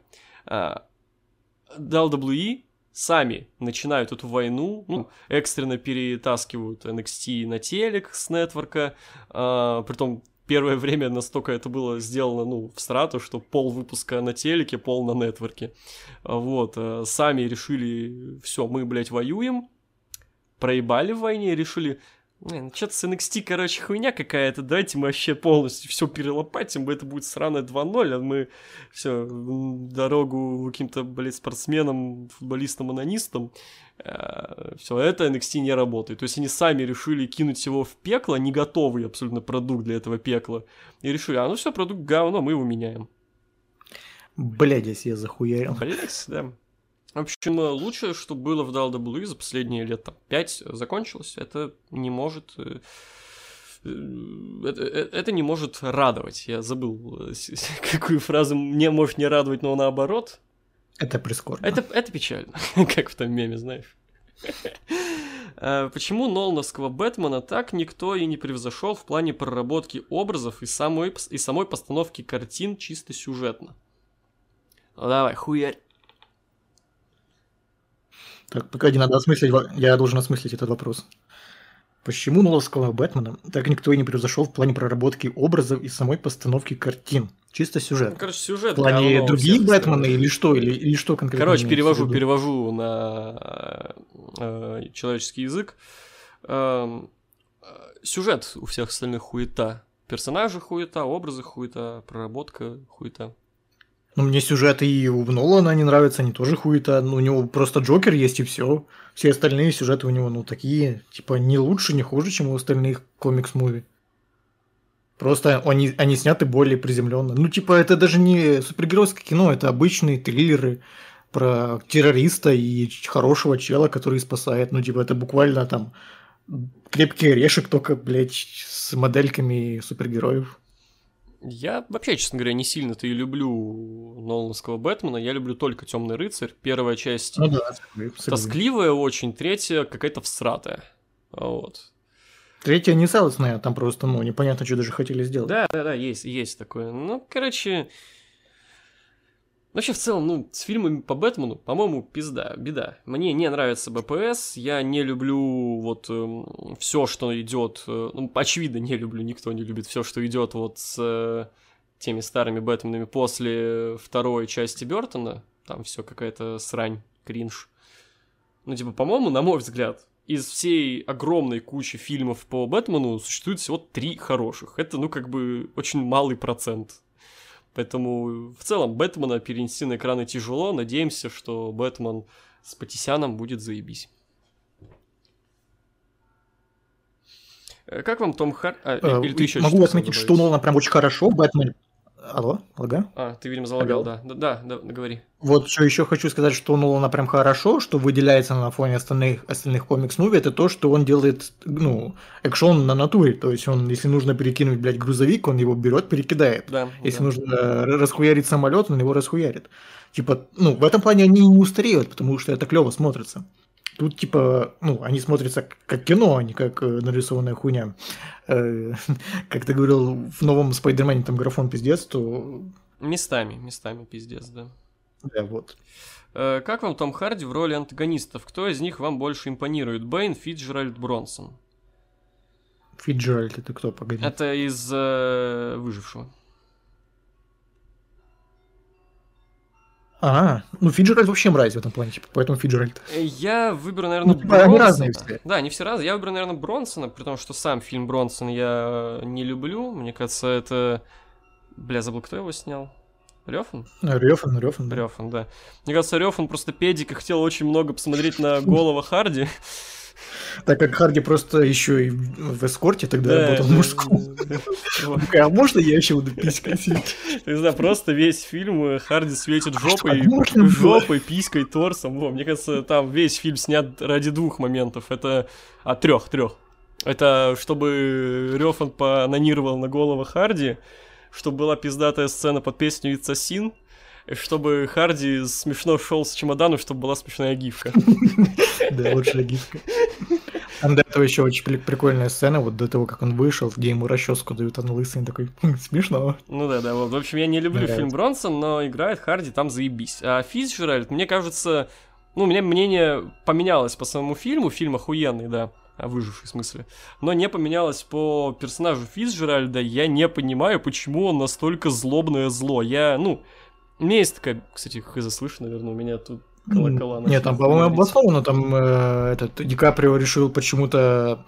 WWE сами начинают эту войну, ну, экстренно перетаскивают NXT на телек с нетворка, притом первое время настолько это было сделано, ну, в страту, что пол выпуска на телеке, пол на нетворке. Вот, сами решили, все, мы, блядь, воюем, проебали в войне, решили... что-то с NXT, короче, хуйня какая-то, давайте мы вообще полностью все перелопатим, это будет сраное 2.0, а мы все дорогу каким-то, блядь, спортсменам, футболистам, анонистам, все, это NXT не работает. То есть они сами решили кинуть его в пекло, не готовый абсолютно продукт для этого пекла, и решили, ну все, продукт говно, мы его меняем. Блядь, я захуярил. Блядь, да. В общем, лучшее, что было в WWE за последние лет 5 закончилось, это не может... Это не может радовать. Я забыл, какую фразу мне может не радовать, но наоборот. Это прискорбно. Это печально, как в том меме, знаешь. Почему Нолановского Бэтмена так никто и не превзошел в плане проработки образов и самой постановки картин чисто сюжетно? Ну давай, хуярь. Так, погоди, надо осмыслить, я должен осмыслить этот вопрос. Почему Нолановского Бэтмена так никто и не превзошел в плане проработки образов и самой постановки картин? Чисто сюжет. Ну, короче, сюжет. В плане других Бэтмена или что? Или что конкретно? Короче, перевожу на человеческий язык. Сюжет у всех остальных хуета. Персонажи хуета, образы хуета, проработка хуета. Ну, мне сюжеты и у Нолана не нравятся, они тоже хуета. Ну, у него просто Джокер есть и все. Все остальные сюжеты у него, ну, такие, типа, не лучше, не хуже, чем у остальных комикс-муви. Просто они сняты более приземленно. Ну, типа, это даже не супергеройское кино, это обычные триллеры про террориста и хорошего чела, который спасает. Ну, типа, это буквально там крепкий орешек, только, блядь, с модельками супергероев. Я вообще, честно говоря, не сильно-то и люблю Нолановского Бэтмена. Я люблю только Темный рыцарь. Первая часть тоскливая очень, третья какая-то всратая. Вот. Третья не целостная, там просто, ну, непонятно, что даже хотели сделать. Да, есть такое. Ну, короче, Вообще, в целом, ну, с фильмами по Бэтмену, по-моему, беда. Мне не нравится БПС, я не люблю вот все, что идет, ну, очевидно, не люблю, никто не любит все, что идет вот с теми старыми Бэтменами после второй части Бёртона, там все какая-то срань, кринж. Ну, типа, по-моему, на мой взгляд, из всей огромной кучи фильмов по Бэтмену существует всего 3 хороших. Это, ну, как бы, очень малый процент. Поэтому, в целом, Бэтмена перенести на экраны тяжело. Надеемся, что Бэтмен с Паттисяном будет заебись. Как вам Том Харди... или ты еще могу отметить, что Нолан прям очень хорошо в Бэтмене. Алло, лагаю? Ты, видимо, залагал, да. Да, говори. Вот что еще хочу сказать, что Нолана прям хорошо, что выделяется на фоне остальных комикс-муви, это то, что он делает, ну, экшон на натуре. То есть он, если нужно перекинуть, блядь, грузовик, он его берет, перекидает. Да, если нужно расхуярить самолет, он его расхуярит. Типа, ну, в этом плане они не устареют, потому что это клево смотрится. Тут, типа, ну, они смотрятся как кино, а не как нарисованная хуйня. Как ты говорил, в новом Спайдермене там графон пиздец, то... Местами пиздец, да. Да, вот. Как вам Том Харди в роли антагонистов? Кто из них вам больше импонирует? Бэйн, Фицджеральд, Бронсон? Фицджеральд это кто, погоди? Это из «Выжившего». Ну Фицджеральд вообще мразь в этом плане, типа, поэтому Фицджеральд. Я выберу, наверное, Бронсона. Они разные все. Да, они все разные. Я выберу, наверное, Бронсона, при том, что сам фильм Бронсон я не люблю. Мне кажется, это... Бля, забыл, кто его снял? Рёфан? Рёфан, да. Рёфан, да. Мне кажется, Рёфан просто педик и хотел очень много посмотреть на голого Харди. Так как Харди просто еще и в эскорте тогда работал мужском. А можно я еще буду писькой сидеть? Не знаю, просто весь фильм Харди светит жопой, писькой, торсом. Мне кажется, там весь фильм снят ради 2 моментов. Это... 3. Это чтобы Рёфан поанонировал на голову Харди, чтобы была пиздатая сцена под песню «It's a Sin», чтобы Харди смешно шел с чемоданом, чтобы была смешная гифка. Да, лучшая гифка. Там до этого еще очень прикольная сцена, вот до того, как он вышел, где ему расческу дают, он лысый, такой, смешно. Ну да, вот. В общем, я не люблю фильм Бронсон, но играет Харди там заебись. А Фицджеральд, мне кажется, ну, у меня мнение поменялось по самому фильму, фильм охуенный, да. Выживший в смысле. Но не поменялось по персонажу Фицджеральда. Я не понимаю, почему он настолько злобное зло. У меня есть такая, кстати, хз слышно, наверное, у меня тут колокола. Нет, там, по-моему, обоснованно, там Ди Каприо решил почему-то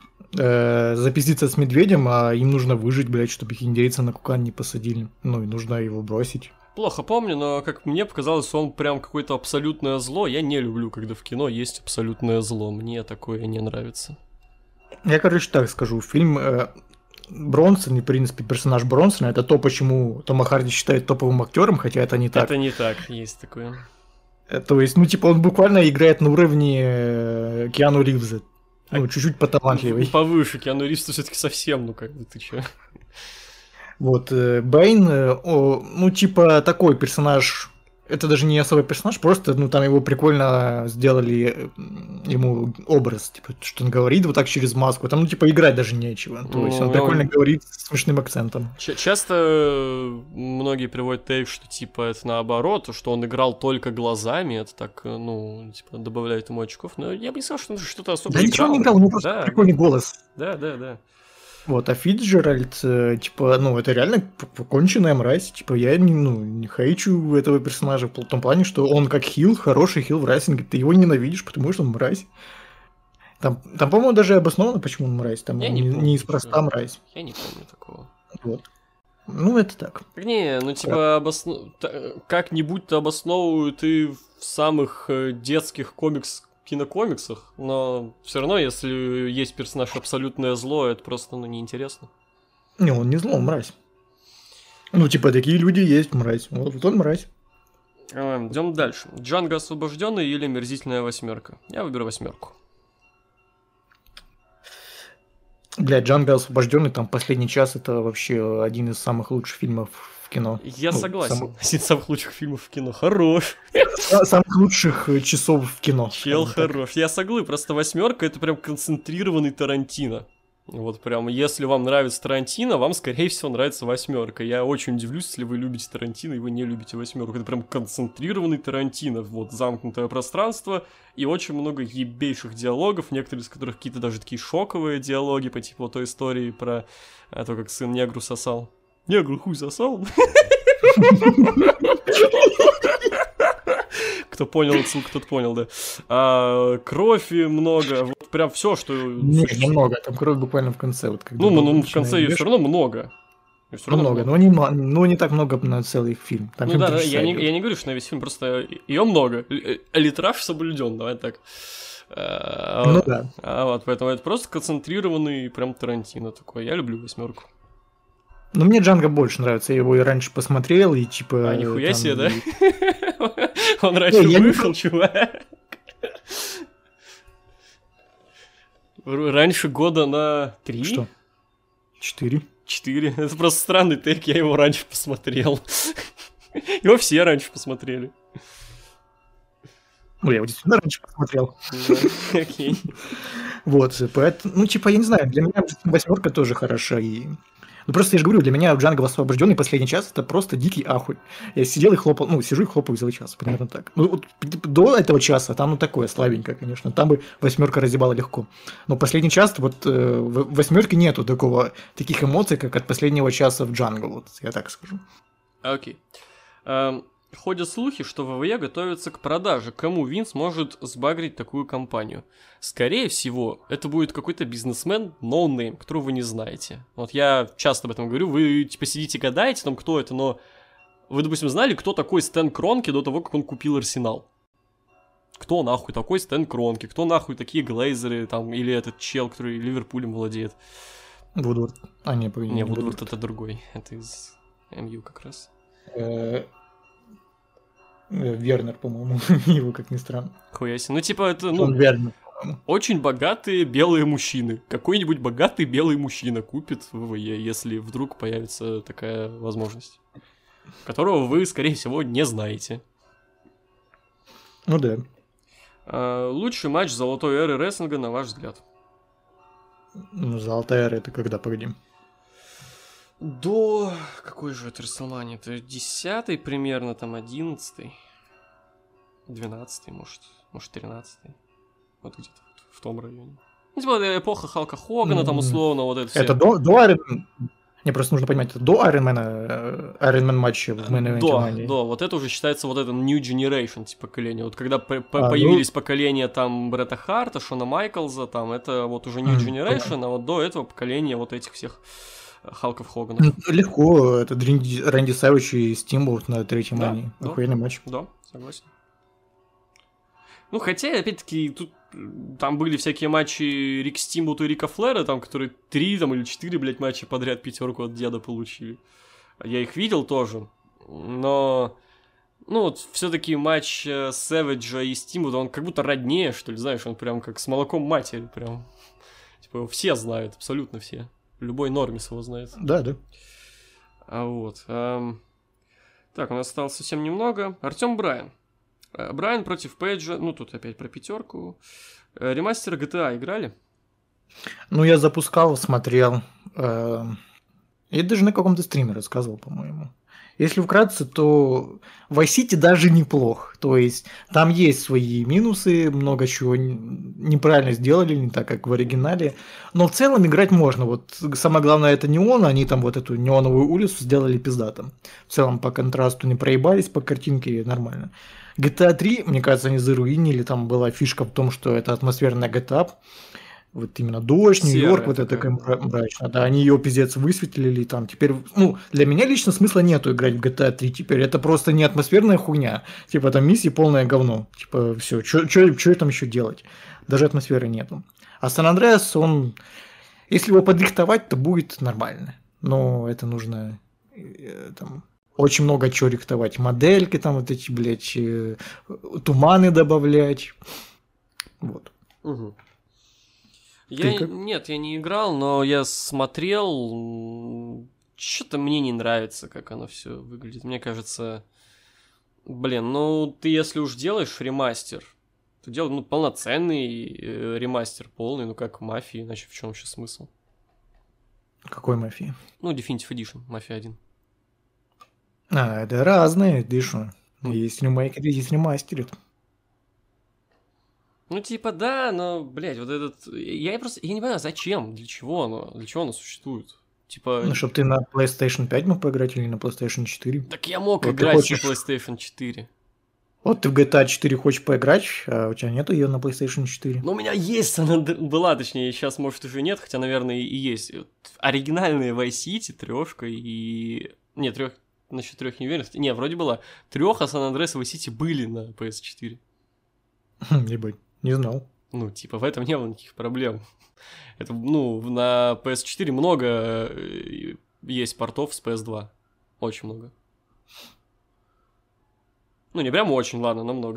запиздиться с медведем, а им нужно выжить, блядь, чтобы их индейцы на кукан не посадили. Ну, и нужно его бросить. Плохо помню, но, как мне показалось, он прям какое-то абсолютное зло. Я не люблю, когда в кино есть абсолютное зло. Мне такое не нравится. Я, короче, так скажу. Фильм Бронсон и, в принципе, персонаж Бронсона — это то, почему Тома Харди считают топовым актером, хотя это не так. Это не так, есть такое. То есть, ну, типа, он буквально играет на уровне Киану Ривза. Ну, чуть-чуть поталантливый. Повыше Киану Ривз все-таки совсем, ну, как бы, ты чё? Вот, Бэйн, ну, типа, такой персонаж, это даже не особый персонаж, просто, ну, там его прикольно сделали, ему образ, типа, что он говорит вот так через маску, там, ну, типа, играть даже нечего, то есть он прикольно говорит с смешным акцентом. Часто многие приводят тейк, что, типа, это наоборот, что он играл только глазами, это так, ну, типа, добавляет ему очков, но я бы не сказал, что он что-то особо играл. Да ничего не играл, у него просто прикольный голос. Да. Вот, а Фицджеральд, типа, ну, это реально конченая мразь. Типа, я не хейчу этого персонажа в том плане, что он как хил, хороший хил в райсинге, ты его ненавидишь, потому что он мразь. Там по-моему, даже обосновано, почему он мразь. Там не неспроста мразь. Я не помню такого. Вот. Ну, это так. Не, ну, типа, как-нибудь-то обосновывают и в самых детских кинокомиксах, но все равно, если есть персонаж абсолютное зло, это просто, ну, неинтересно. Не, он не зло, он мразь. Ну, типа, такие люди есть, мразь. Вот он мразь. Идем дальше. Джанго освобожденный или Омерзительная восьмерка? Я выберу 8. Блядь, Джанго освобожденный, там последний час, это вообще один из самых лучших фильмов в кино. Я согласен. Один из самых лучших фильмов в кино. Хорош. Самых лучших часов в кино. Чел хорош. Я согласен. Просто 8 это прям концентрированный Тарантино. Вот прям, если вам нравится Тарантино, вам, скорее всего, нравится «Восьмерка». Я очень удивлюсь, если вы любите Тарантино и вы не любите «Восьмерку». Это прям концентрированный Тарантино. Вот, замкнутое пространство и очень много ебейших диалогов, некоторые из которых какие-то даже такие шоковые диалоги, по типу той истории про то, как сын негру сосал. Негру хуй сосал? Кто понял отсылку, тот понял, да. Кровь много, вот прям все, что... Не, немного, там кровь буквально в конце. Вот, когда в конце ее все равно много. Много, но не так много на целый фильм. Там ну да, я не говорю, что на весь фильм, просто ее много. Литраж соблюден, давай так. Ну да. Вот, поэтому это просто концентрированный прям Тарантино такой. Я люблю «Восьмерку». Ну, мне Джанго больше нравится, я его и раньше посмотрел, и типа... нихуя себе, да? Он раньше выехал, чувак. Раньше года на 3? Что? 4. 4. Это просто странный тейк, я его раньше посмотрел. Его все раньше посмотрели. Ну, я его действительно раньше посмотрел. Окей. Вот, поэтому, ну, типа, я не знаю, для меня «Восьмерка» тоже хороша, и... Ну, просто я же говорю, для меня «Джанго освобожденный» последний час – это просто дикий ахуй. Я сидел и хлопал, ну, сижу и хлопаю целый час, примерно так. Ну, вот до этого часа там, ну, такое слабенькое, конечно. Там бы «Восьмерка» разъебала легко. Но последний час, вот в «Восьмерке» нету таких эмоций, как от последнего часа в «Джанго», вот я так скажу. Окей. Ходят слухи, что ВВЕ готовится к продаже. Кому Винс может сбагрить такую компанию? Скорее всего, это будет какой-то бизнесмен ноунейм, которого вы не знаете. Вот я часто об этом говорю. Вы типа сидите гадаете, там кто это, но вы, допустим, знали, кто такой Стэн Кронки до того, как он купил Арсенал? Кто нахуй такой Стэн Кронки? Кто нахуй такие Глейзеры там, или этот чел, который Ливерпулем владеет? Вудворд. Не, Вудворд это другой. Это из МЮ как раз. Вернер, по-моему, его, как ни странно. Хуяси. Ну, типа, это, Он Вернер, по-моему. Очень богатые белые мужчины. Какой-нибудь богатый белый мужчина купит ВВЕ, если вдруг появится такая возможность. Которого вы, скорее всего, не знаете. Ну да. Лучший матч золотой эры рестлинга, на ваш взгляд? Ну, золотая эра — это когда, погоди? До... Какой же это Рестлмания? Это 10-й примерно, там 11-й. 12-й, может 13-й. Вот где-то в том районе. Ну, типа эпоха Халка Хогана, там условно, вот это все. Это до Iron... Мне просто нужно понимать, это до Iron Man матча в Main Event Mania? Да, вот это уже считается вот это New Generation, типа поколение. Вот когда появились поколения там Бретта Харта, Шона Майклза, там это вот уже New Generation, а вот до этого поколения вот этих всех Халков Хоганов. Легко, это Рэнди Сэвидж и Стимбоут на третьей мании. Охуенный матч. Да, согласен. Ну, хотя, опять-таки, тут там были всякие матчи Рик Стимбоута и Рика Флера, там, которые 3 там, или 4, блядь, матча подряд пятерку от деда получили. Я их видел тоже, но... Ну, вот все-таки матч Сэвиджа и Стимбоута, он как будто роднее, что ли, знаешь, он прям как с молоком матери, прям. Типа, его все знают, абсолютно все. Любой нормис его знает. Да. Вот. Так, у нас осталось совсем немного. Артем Брайан. Брайан против Пейджа. Ну, тут опять про пятерку. Ремастер GTA играли? Ну, я запускал, смотрел. Я даже на каком-то стриме рассказывал, по-моему. Если вкратце, то Vice City даже неплох. То есть там есть свои минусы, много чего неправильно сделали, не так, как в оригинале. Но в целом играть можно. Вот самое главное это неон, они там вот эту неоновую улицу сделали пиздатом. В целом по контрасту не проебались, по картинке нормально. GTA 3, мне кажется, они заруинили. Там была фишка в том, что это атмосферная GTA. Вот именно дождь, Нью-Йорк, вот это такая мрачная. Да, они ее пиздец высветлили там. Теперь, ну, для меня лично смысла нету играть в GTA 3 теперь. Это просто не атмосферная хуйня. Типа там миссии полное говно. Типа все, что там еще делать? Даже атмосферы нету. А Сан-Андреас, он, если его подрихтовать, то будет нормально. Но это нужно там очень много чего рихтовать. Модельки там вот эти, блядь, туманы добавлять. Вот. Угу. Нет, я не играл, но я смотрел. Что-то мне не нравится, как оно все выглядит. Мне кажется, ну ты если уж делаешь ремастер, то делай полноценный ремастер полный, ну как в Мафии, иначе в чем еще смысл? Какой мафии? Ну, Definitive Edition, Мафия 1. Это разные, ты шо? Ну. Есть ремейк, есть ремастерит. Ну, типа, да, но, блядь, вот этот... Я не понимаю, зачем, для чего оно существует. Типа... Ну, чтобы ты на PlayStation 5 мог поиграть или на PlayStation 4. Так я мог Вот играть хочешь... на PlayStation 4. Вот ты в GTA 4 хочешь поиграть, а у тебя нету ее на PlayStation 4. Ну, у меня есть, она была, точнее, сейчас, может, уже нет, хотя, наверное, и есть. Оригинальные Vice City, 3 и... Нет, 3... Насчет 3 не уверен. Не, вроде была. 3, а San Andreas и Vice City были на PS4. Ебать, не знал. Ну, типа, в этом не было никаких проблем. Это, ну, на PS4 много есть портов с PS2. Очень много. Ну, не прям очень, ладно, но много.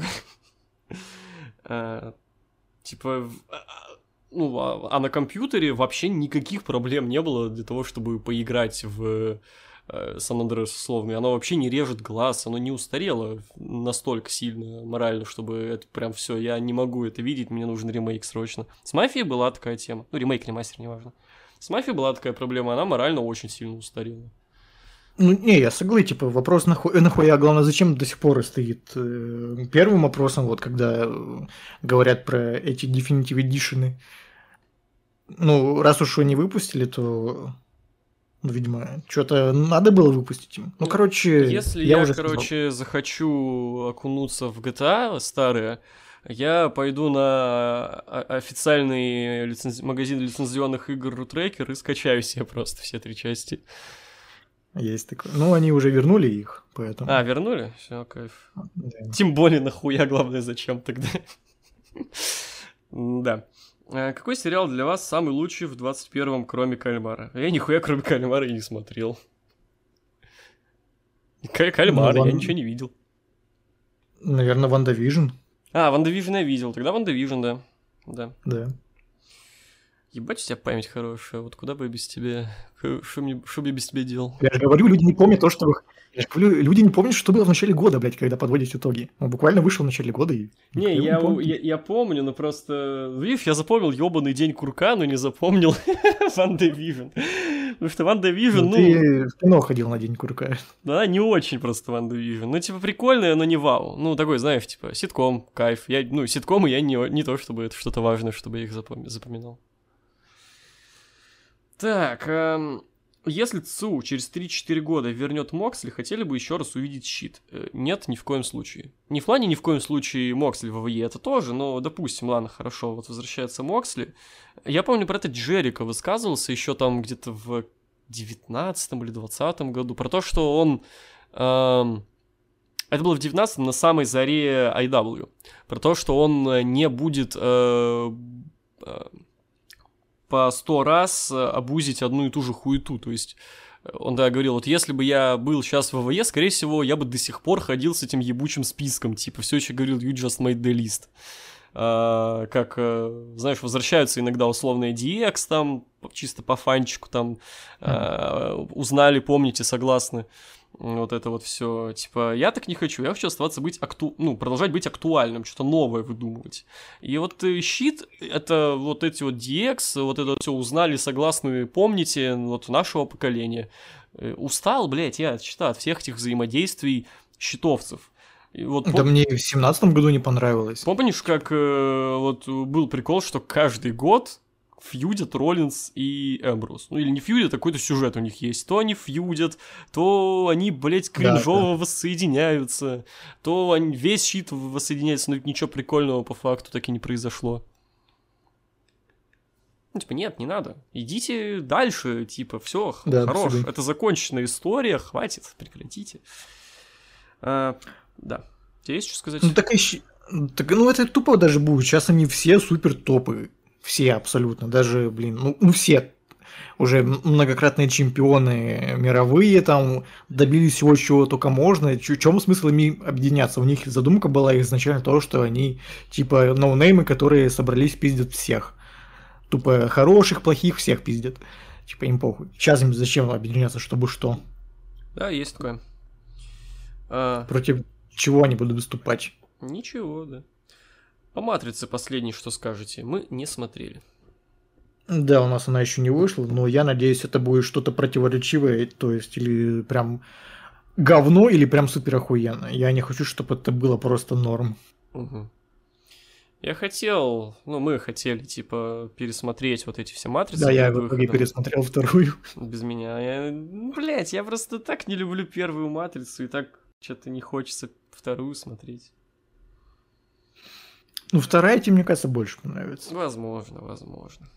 Типа, ну, а на компьютере вообще никаких проблем не было для того, чтобы поиграть в San Andreas условный. Оно вообще не режет глаз, оно не устарело настолько сильно морально, чтобы это прям все, я не могу это видеть, мне нужен ремейк срочно. С Мафией была такая тема. Ну, ремейк, ремастер, неважно. С Мафией была такая проблема, она морально очень сильно устарела. Ну, не, я согласен, типа, вопрос нахуя, главное, зачем до сих пор и стоит первым вопросом, вот, когда говорят про эти Definitive Edition. Ну, раз уж они выпустили, то, ну, видимо, что-то надо было выпустить им. Ну, короче, если я уже короче, захочу окунуться в GTA старые, я пойду на официальный магазин лицензионных игр Рутрекер и скачаю себе просто все 3 части. Есть такое. Ну, они уже вернули их, поэтому... А, вернули? Все, кайф. Да. Тем более, нахуя, главное, зачем тогда? Да. Какой сериал для вас самый лучший в 21-м, кроме Кальмара? Я нихуя, кроме Кальмара, и не смотрел. Кальмар, я ничего не видел. Наверное, WandaVision. А, WandaVision я видел. Тогда WandaVision, да. Да. Ебать, у тебя память хорошая. Вот куда бы я без тебя... Что бы я без тебя делал? Я же говорю, люди не помнят то, что... Я же говорю, люди не помнят, что было в начале года, блядь, когда подводить итоги. Он буквально вышел в начале года и... Не, я помню, но просто... Видишь, я запомнил ёбаный День Курка, но не запомнил WandaVision. Потому что WandaVision, Ты в кино ходил на День Курка. Да, не очень просто WandaVision. Ну, типа, прикольная, но не вау. Ну, такой, знаешь, типа, ситком, кайф. Ситкомы я не то, чтобы это что-то важное, чтобы я их запоминал. Так, если ЦУ через 3-4 года вернет Моксли, хотели бы еще раз увидеть щит? Нет, ни в коем случае. Не в плане ни в коем случае Моксли в ВВЕ, это тоже, но, допустим, ладно, хорошо, вот возвращается Моксли. Я помню, про это Джерико высказывался еще там где-то в 19-м или 20-м году, про то, что он... это было в 19-м, на самой заре IW. Про то, что он не будет... по 100 раз абузить одну и ту же хуету, то есть он говорил, вот если бы я был сейчас в ВВЕ, скорее всего, я бы до сих пор ходил с этим ебучим списком, типа, все еще говорил, you just made the list. Как, знаешь, возвращаются иногда условные DX там, чисто по фанчику там, узнали, помните, согласны. Вот это вот все. Типа, я так не хочу. Я хочу оставаться продолжать быть актуальным, что-то новое выдумывать. И вот щит, это вот эти вот DX, вот это все узнали, согласны, помните, вот нашего поколения. Устал, блядь, я читаю от всех этих взаимодействий щитовцев. Вот, да мне в 17-м году не понравилось. Помнишь, как вот был прикол, что каждый год фьюдят Роллинс и Эмбрус. Ну, или не фьюдят, а какой-то сюжет у них есть. То они фьюдят, то они, блядь, кринжово воссоединяются, то весь щит воссоединяется, но ничего прикольного по факту так и не произошло. Ну, типа, нет, не надо. Идите дальше, типа, все, хорош. Абсолютно. Это законченная история, хватит, прекратите. Да. Тебе есть что сказать? Ну, ну, это тупо даже будет. Сейчас они все супер топы. Все абсолютно. Даже, ну все уже многократные чемпионы мировые, там, добились всего, чего только можно. В чем смысл ими объединяться? У них задумка была изначально того, что они, типа, ноунеймы, которые собрались пиздят всех. Тупо хороших, плохих, всех пиздят. Типа, им похуй. Сейчас им зачем объединяться, чтобы что? Да, есть такое. Против чего они будут выступать? Ничего, да. По «Матрице» последний, что скажете, мы не смотрели. Да, у нас она еще не вышла, но я надеюсь, это будет что-то противоречивое, то есть или прям говно, или прям супер охуенно. Я не хочу, чтобы это было просто норм. Угу. Я хотел, ну, мы хотели, типа, пересмотреть вот эти все матрицы Да, я перед в итоге выходом. пересмотрел вторую. Без меня. Блять, я просто так не люблю первую матрицу, и так что-то не хочется вторую смотреть. Ну, вторая тебе, мне кажется, больше понравится. Возможно.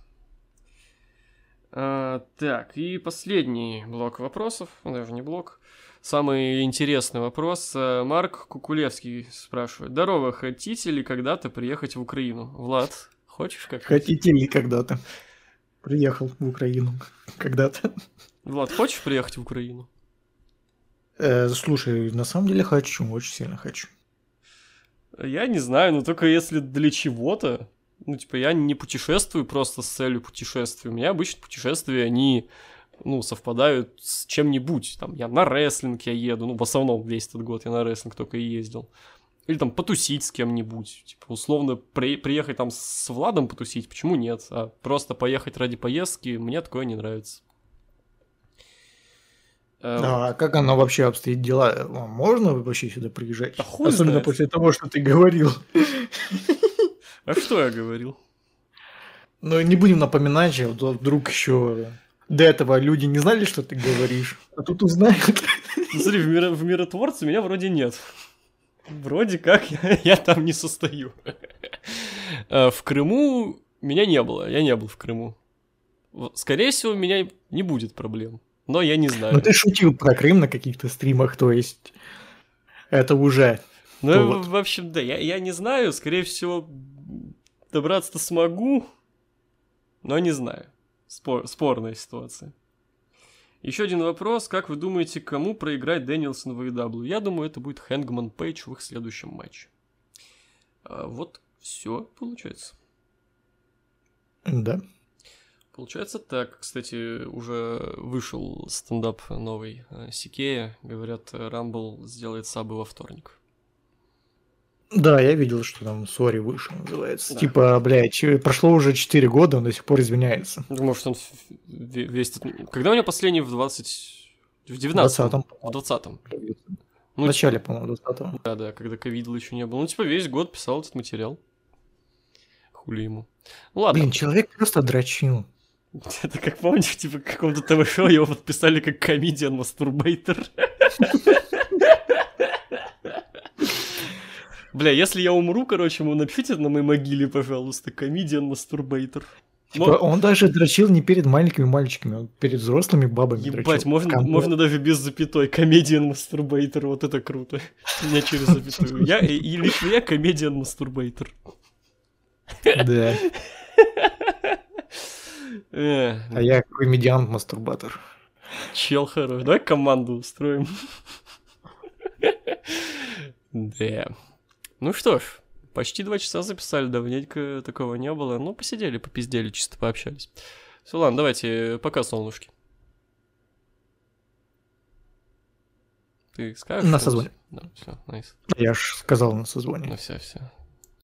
Так, и последний блок вопросов, даже не блок. Самый интересный вопрос. Марк Кукулевский спрашивает. Здорово, хотите ли когда-то приехать в Украину? Влад, хочешь как-нибудь? Хотите ли когда-то? Приехал в Украину когда-то. Влад, хочешь приехать в Украину? Слушай, на самом деле хочу, очень сильно хочу. Я не знаю, но только если для чего-то. Ну, типа, я не путешествую просто с целью путешествия. У меня обычно путешествия, они, ну, совпадают с чем-нибудь. Там, я на рестлинг я еду, ну, в основном весь этот год я на рестлинг только и ездил. Или там потусить с кем-нибудь. Типа, условно, приехать там с Владом потусить, почему нет? А просто поехать ради поездки, мне такое не нравится. А как оно вообще обстоит дела? Можно вообще сюда приезжать? Да хуй Особенно знает. после того, что ты говорил. А что я говорил? Ну, не будем напоминать, а то вдруг еще до этого люди не знали, что ты говоришь, а тут узнают. Ну, смотри, в миротворце меня вроде нет. Вроде как я там не состою. В Крыму меня не было, я не был в Крыму. Скорее всего, у меня не будет проблем, но я не знаю. Ну, ты шутил про Крым на каких-то стримах, то есть это уже Ну, повод. в общем, да, я не знаю, скорее всего, добраться-то смогу, но не знаю. Спорная ситуация. Еще один вопрос. Как вы думаете, кому проиграет Дэнилсон в AEW? Я думаю, это будет Хэнгман Пейдж в их следующем матче. Вот все получается. Да. Получается так. Кстати, уже вышел стендап новый Сикея. Говорят, Рамбл сделает сабы во вторник. Да, я видел, что там Сори вышел, называется. Да. Типа, блядь, прошло уже 4 года, он до сих пор извиняется. Может, он весь... Когда у него последний в 20... В 19-м? В 20-м. В начале, по-моему, 20-го. Да, когда ковида еще не было. Ну, типа, весь год писал этот материал. Хули ему. Ладно. Блин, человек просто дрочил. Это как, помнишь, типа, в каком-то ТВ-шоу его подписали как комедиан-мастурбейтер. Бля, если я умру, короче, ему напишите на моей могиле, пожалуйста, комедиан-мастурбейтер. Типа, он даже дрочил не перед маленькими мальчиками, он перед взрослыми бабами Ебать, дрочил. можно даже без запятой. Комедиан-мастурбейтер, вот это круто. Меня через запятую. И лично я комедиан-мастурбейтер. Да. А я комедиант-мастурбатор. Чел хорош. Давай команду устроим. Да. Ну что ж, почти 2 часа записали, давненько такого не было. Ну, посидели, попиздели, чисто пообщались. Все, ладно, давайте, пока, солнышки. Ты скажешь? На созвоне. Да, все, найс. Я ж сказал на созвоне. Ну все.